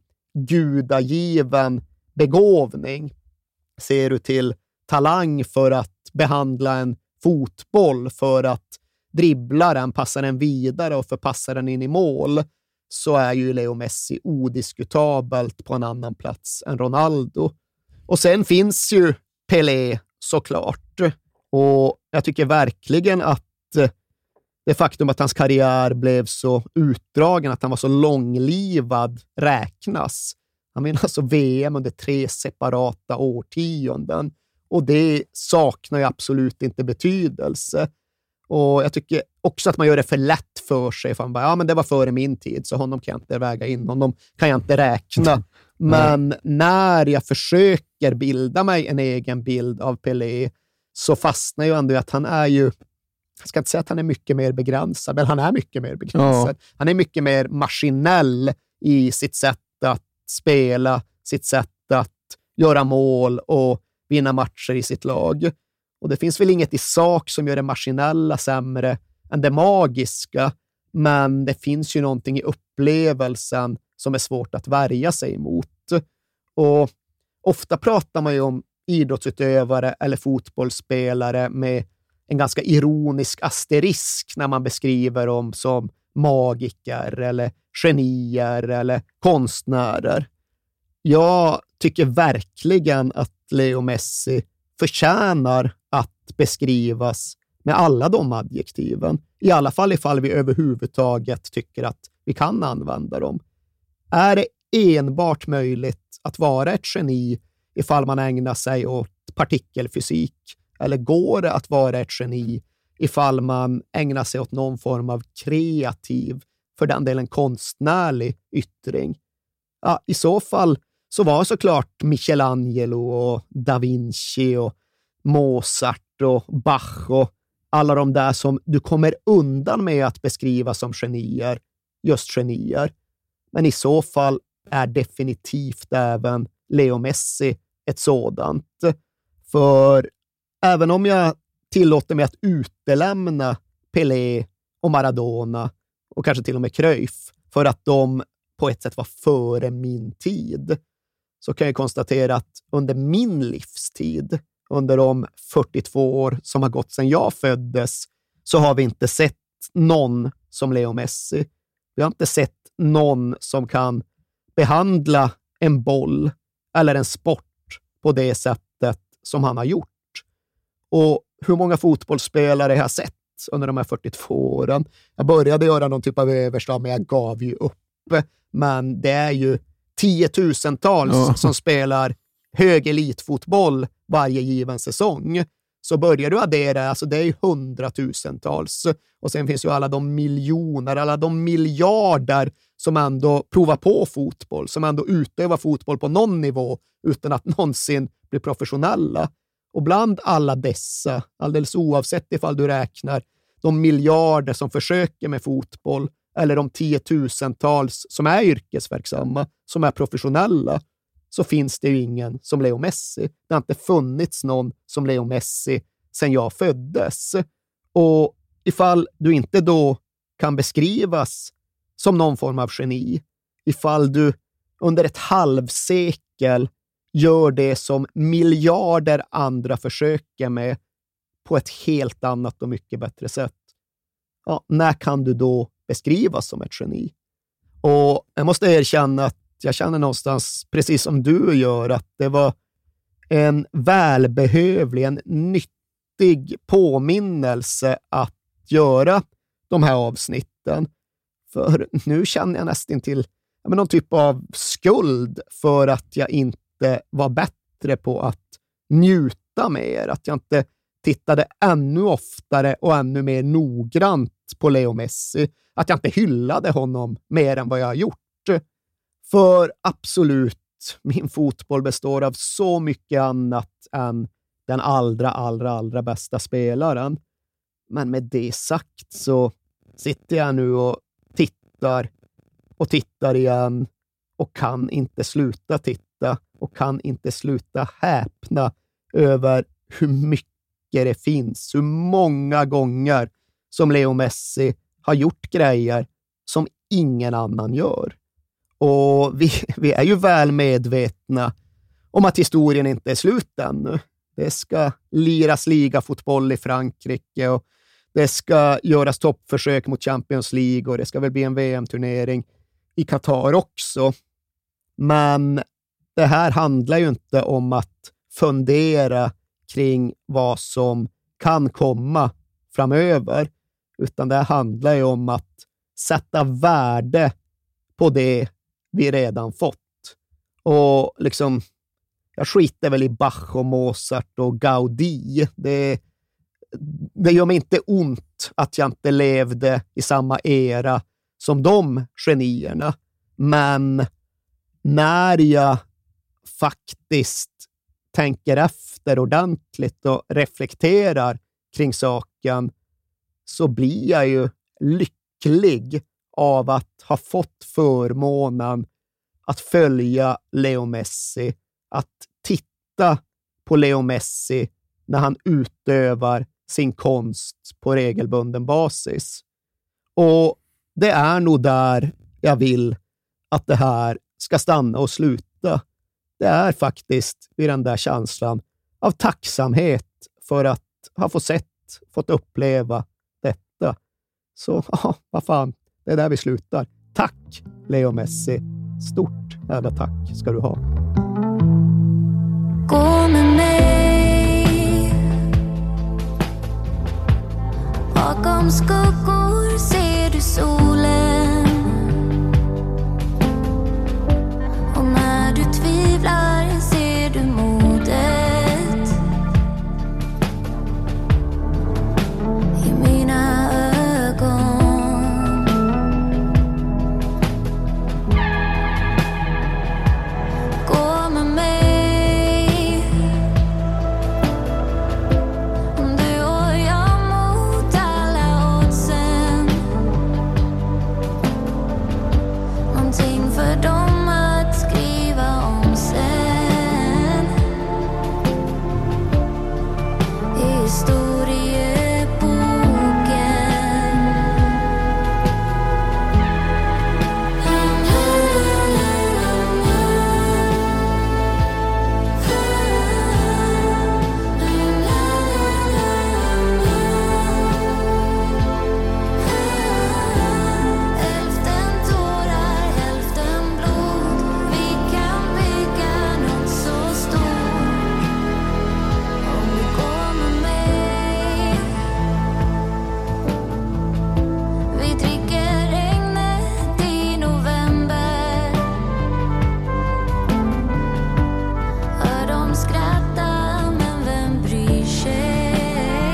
gudagiven begåvning, ser du till talang för att behandla en fotboll, för att dribbla den, passa den vidare och förpassa den in i mål, så är ju Leo Messi odiskutabelt på en annan plats än Ronaldo. Och sen finns ju Pelé såklart. Och jag tycker verkligen att det faktum att hans karriär blev så utdragen, att han var så långlivad, räknas. Han vinner alltså V M under tre separata årtionden. Och det saknar ju absolut inte betydelse. Och jag tycker också att man gör det för lätt för sig. För man bara, ja men det var före min tid, så honom kan jag inte väga in. Honom kan jag inte räkna. Men när jag försöker bilda mig en egen bild av Pelé så fastnar ju ändå att han är ju, jag ska inte säga att han är mycket mer begränsad, men han är mycket mer begränsad. Ja. Han är mycket mer maskinell i sitt sätt att spela, sitt sätt att göra mål och vinna matcher i sitt lag. Och det finns väl inget i sak som gör det maskinella sämre än det magiska, men det finns ju någonting i upplevelsen som är svårt att värja sig emot. Och ofta pratar man ju om idrottsutövare eller fotbollsspelare med en ganska ironisk asterisk när man beskriver dem som magiker eller genier eller konstnärer. Jag tycker verkligen att Leo Messi förtjänar att beskrivas med alla de adjektiven. I alla fall ifall vi överhuvudtaget tycker att vi kan använda dem. Är det enbart möjligt att vara ett geni ifall man ägnar sig åt partikelfysik? Eller går det att vara ett geni ifall man ägnar sig åt någon form av kreativ, för den delen konstnärlig yttring? Ja, i så fall så var såklart Michelangelo och Da Vinci och Mozart och Bach och alla de där som du kommer undan med att beskriva som genier, just genier. Men i så fall är definitivt även Leo Messi ett sådant. För även om jag tillåter mig att utelämna Pelé och Maradona och kanske till och med Cruyff för att de på ett sätt var före min tid, så kan jag konstatera att under min livstid, under de fyrtiotvå år som har gått sedan jag föddes, så har vi inte sett någon som Leo Messi. Vi har inte sett någon som kan behandla en boll eller en sport på det sättet som han har gjort. Och hur många fotbollsspelare jag har sett under de här fyrtiotvå åren. Jag började göra någon typ av överslag, men jag gav ju upp. Men det är ju tiotusentals ja. som spelar hög elitfotboll varje given säsong. Så börjar du addera, alltså det är ju hundratusentals. Och sen finns ju alla de miljoner, alla de miljarder som ändå provar på fotboll, som ändå utövar fotboll på någon nivå utan att någonsin bli professionella. Och bland alla dessa, alldeles oavsett ifall du räknar de miljarder som försöker med fotboll eller de tiotusentals som är yrkesverksamma, som är professionella, så finns det ju ingen som Leo Messi. Det har inte funnits någon som Leo Messi sedan jag föddes. Och ifall du inte då kan beskrivas som någon form av geni, ifall du under ett halvsekel gör det som miljarder andra försöker med på ett helt annat och mycket bättre sätt, ja, när kan du då beskrivas som ett geni? Och jag måste erkänna att jag känner någonstans, precis som du gör, att det var en välbehövlig, en nyttig påminnelse att göra de här avsnitten. För nu känner jag nästan till ja, men någon typ av skuld för att jag inte inte var bättre på att njuta mer, att jag inte tittade ännu oftare och ännu mer noggrant på Leo Messi, att jag inte hyllade honom mer än vad jag har gjort. För absolut, min fotboll består av så mycket annat än den allra, allra, allra bästa spelaren. Men med det sagt så sitter jag nu och tittar och tittar igen och kan inte sluta titta och kan inte sluta häpna över hur mycket det finns, hur många gånger som Leo Messi har gjort grejer som ingen annan gör. Och vi, vi är ju väl medvetna om att historien inte är slut ännu. Det ska liras ligafotboll i Frankrike och det ska göras toppförsök mot Champions League och det ska väl bli en V M-turnering i Qatar också. Men det här handlar ju inte om att fundera kring vad som kan komma framöver, utan det handlar ju om att sätta värde på det vi redan fått. Och liksom, jag skiter väl i Bach och Mozart och Gaudí. Det, det gör mig inte ont att jag inte levde i samma era som de genierna. Men när jag faktiskt tänker efter ordentligt och reflekterar kring saken så blir jag ju lycklig av att ha fått förmånen att följa Leo Messi, att titta på Leo Messi när han utövar sin konst på regelbunden basis. Och det är nog där jag vill att det här ska stanna och sluta. Det är faktiskt vid den där känslan av tacksamhet för att ha fått sett, fått uppleva detta. Så, ja, vad fan, det är där vi slutar. Tack, Leo Messi. Stort jävla tack ska du ha. Gå med mig. Bakom skuggor ser du solen. Och när du tvivlar ser du modet i mina ögon. Gå med mig. Du och jag mot alla oddsen. Någonting för dem att skriva om sen. I historieboken. Hälften tårar, hälften blod. Vi kan bygga något så stort. Om du går med mig. Vi dricker regnet i november. Hör dem skratta, men vem bryr sig?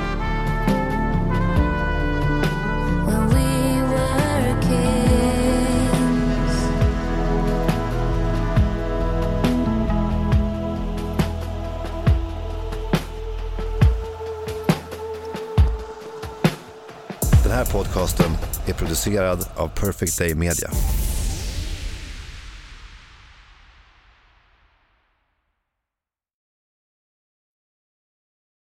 When we were kids. Den här podcasten är producerad av Perfect Day Media.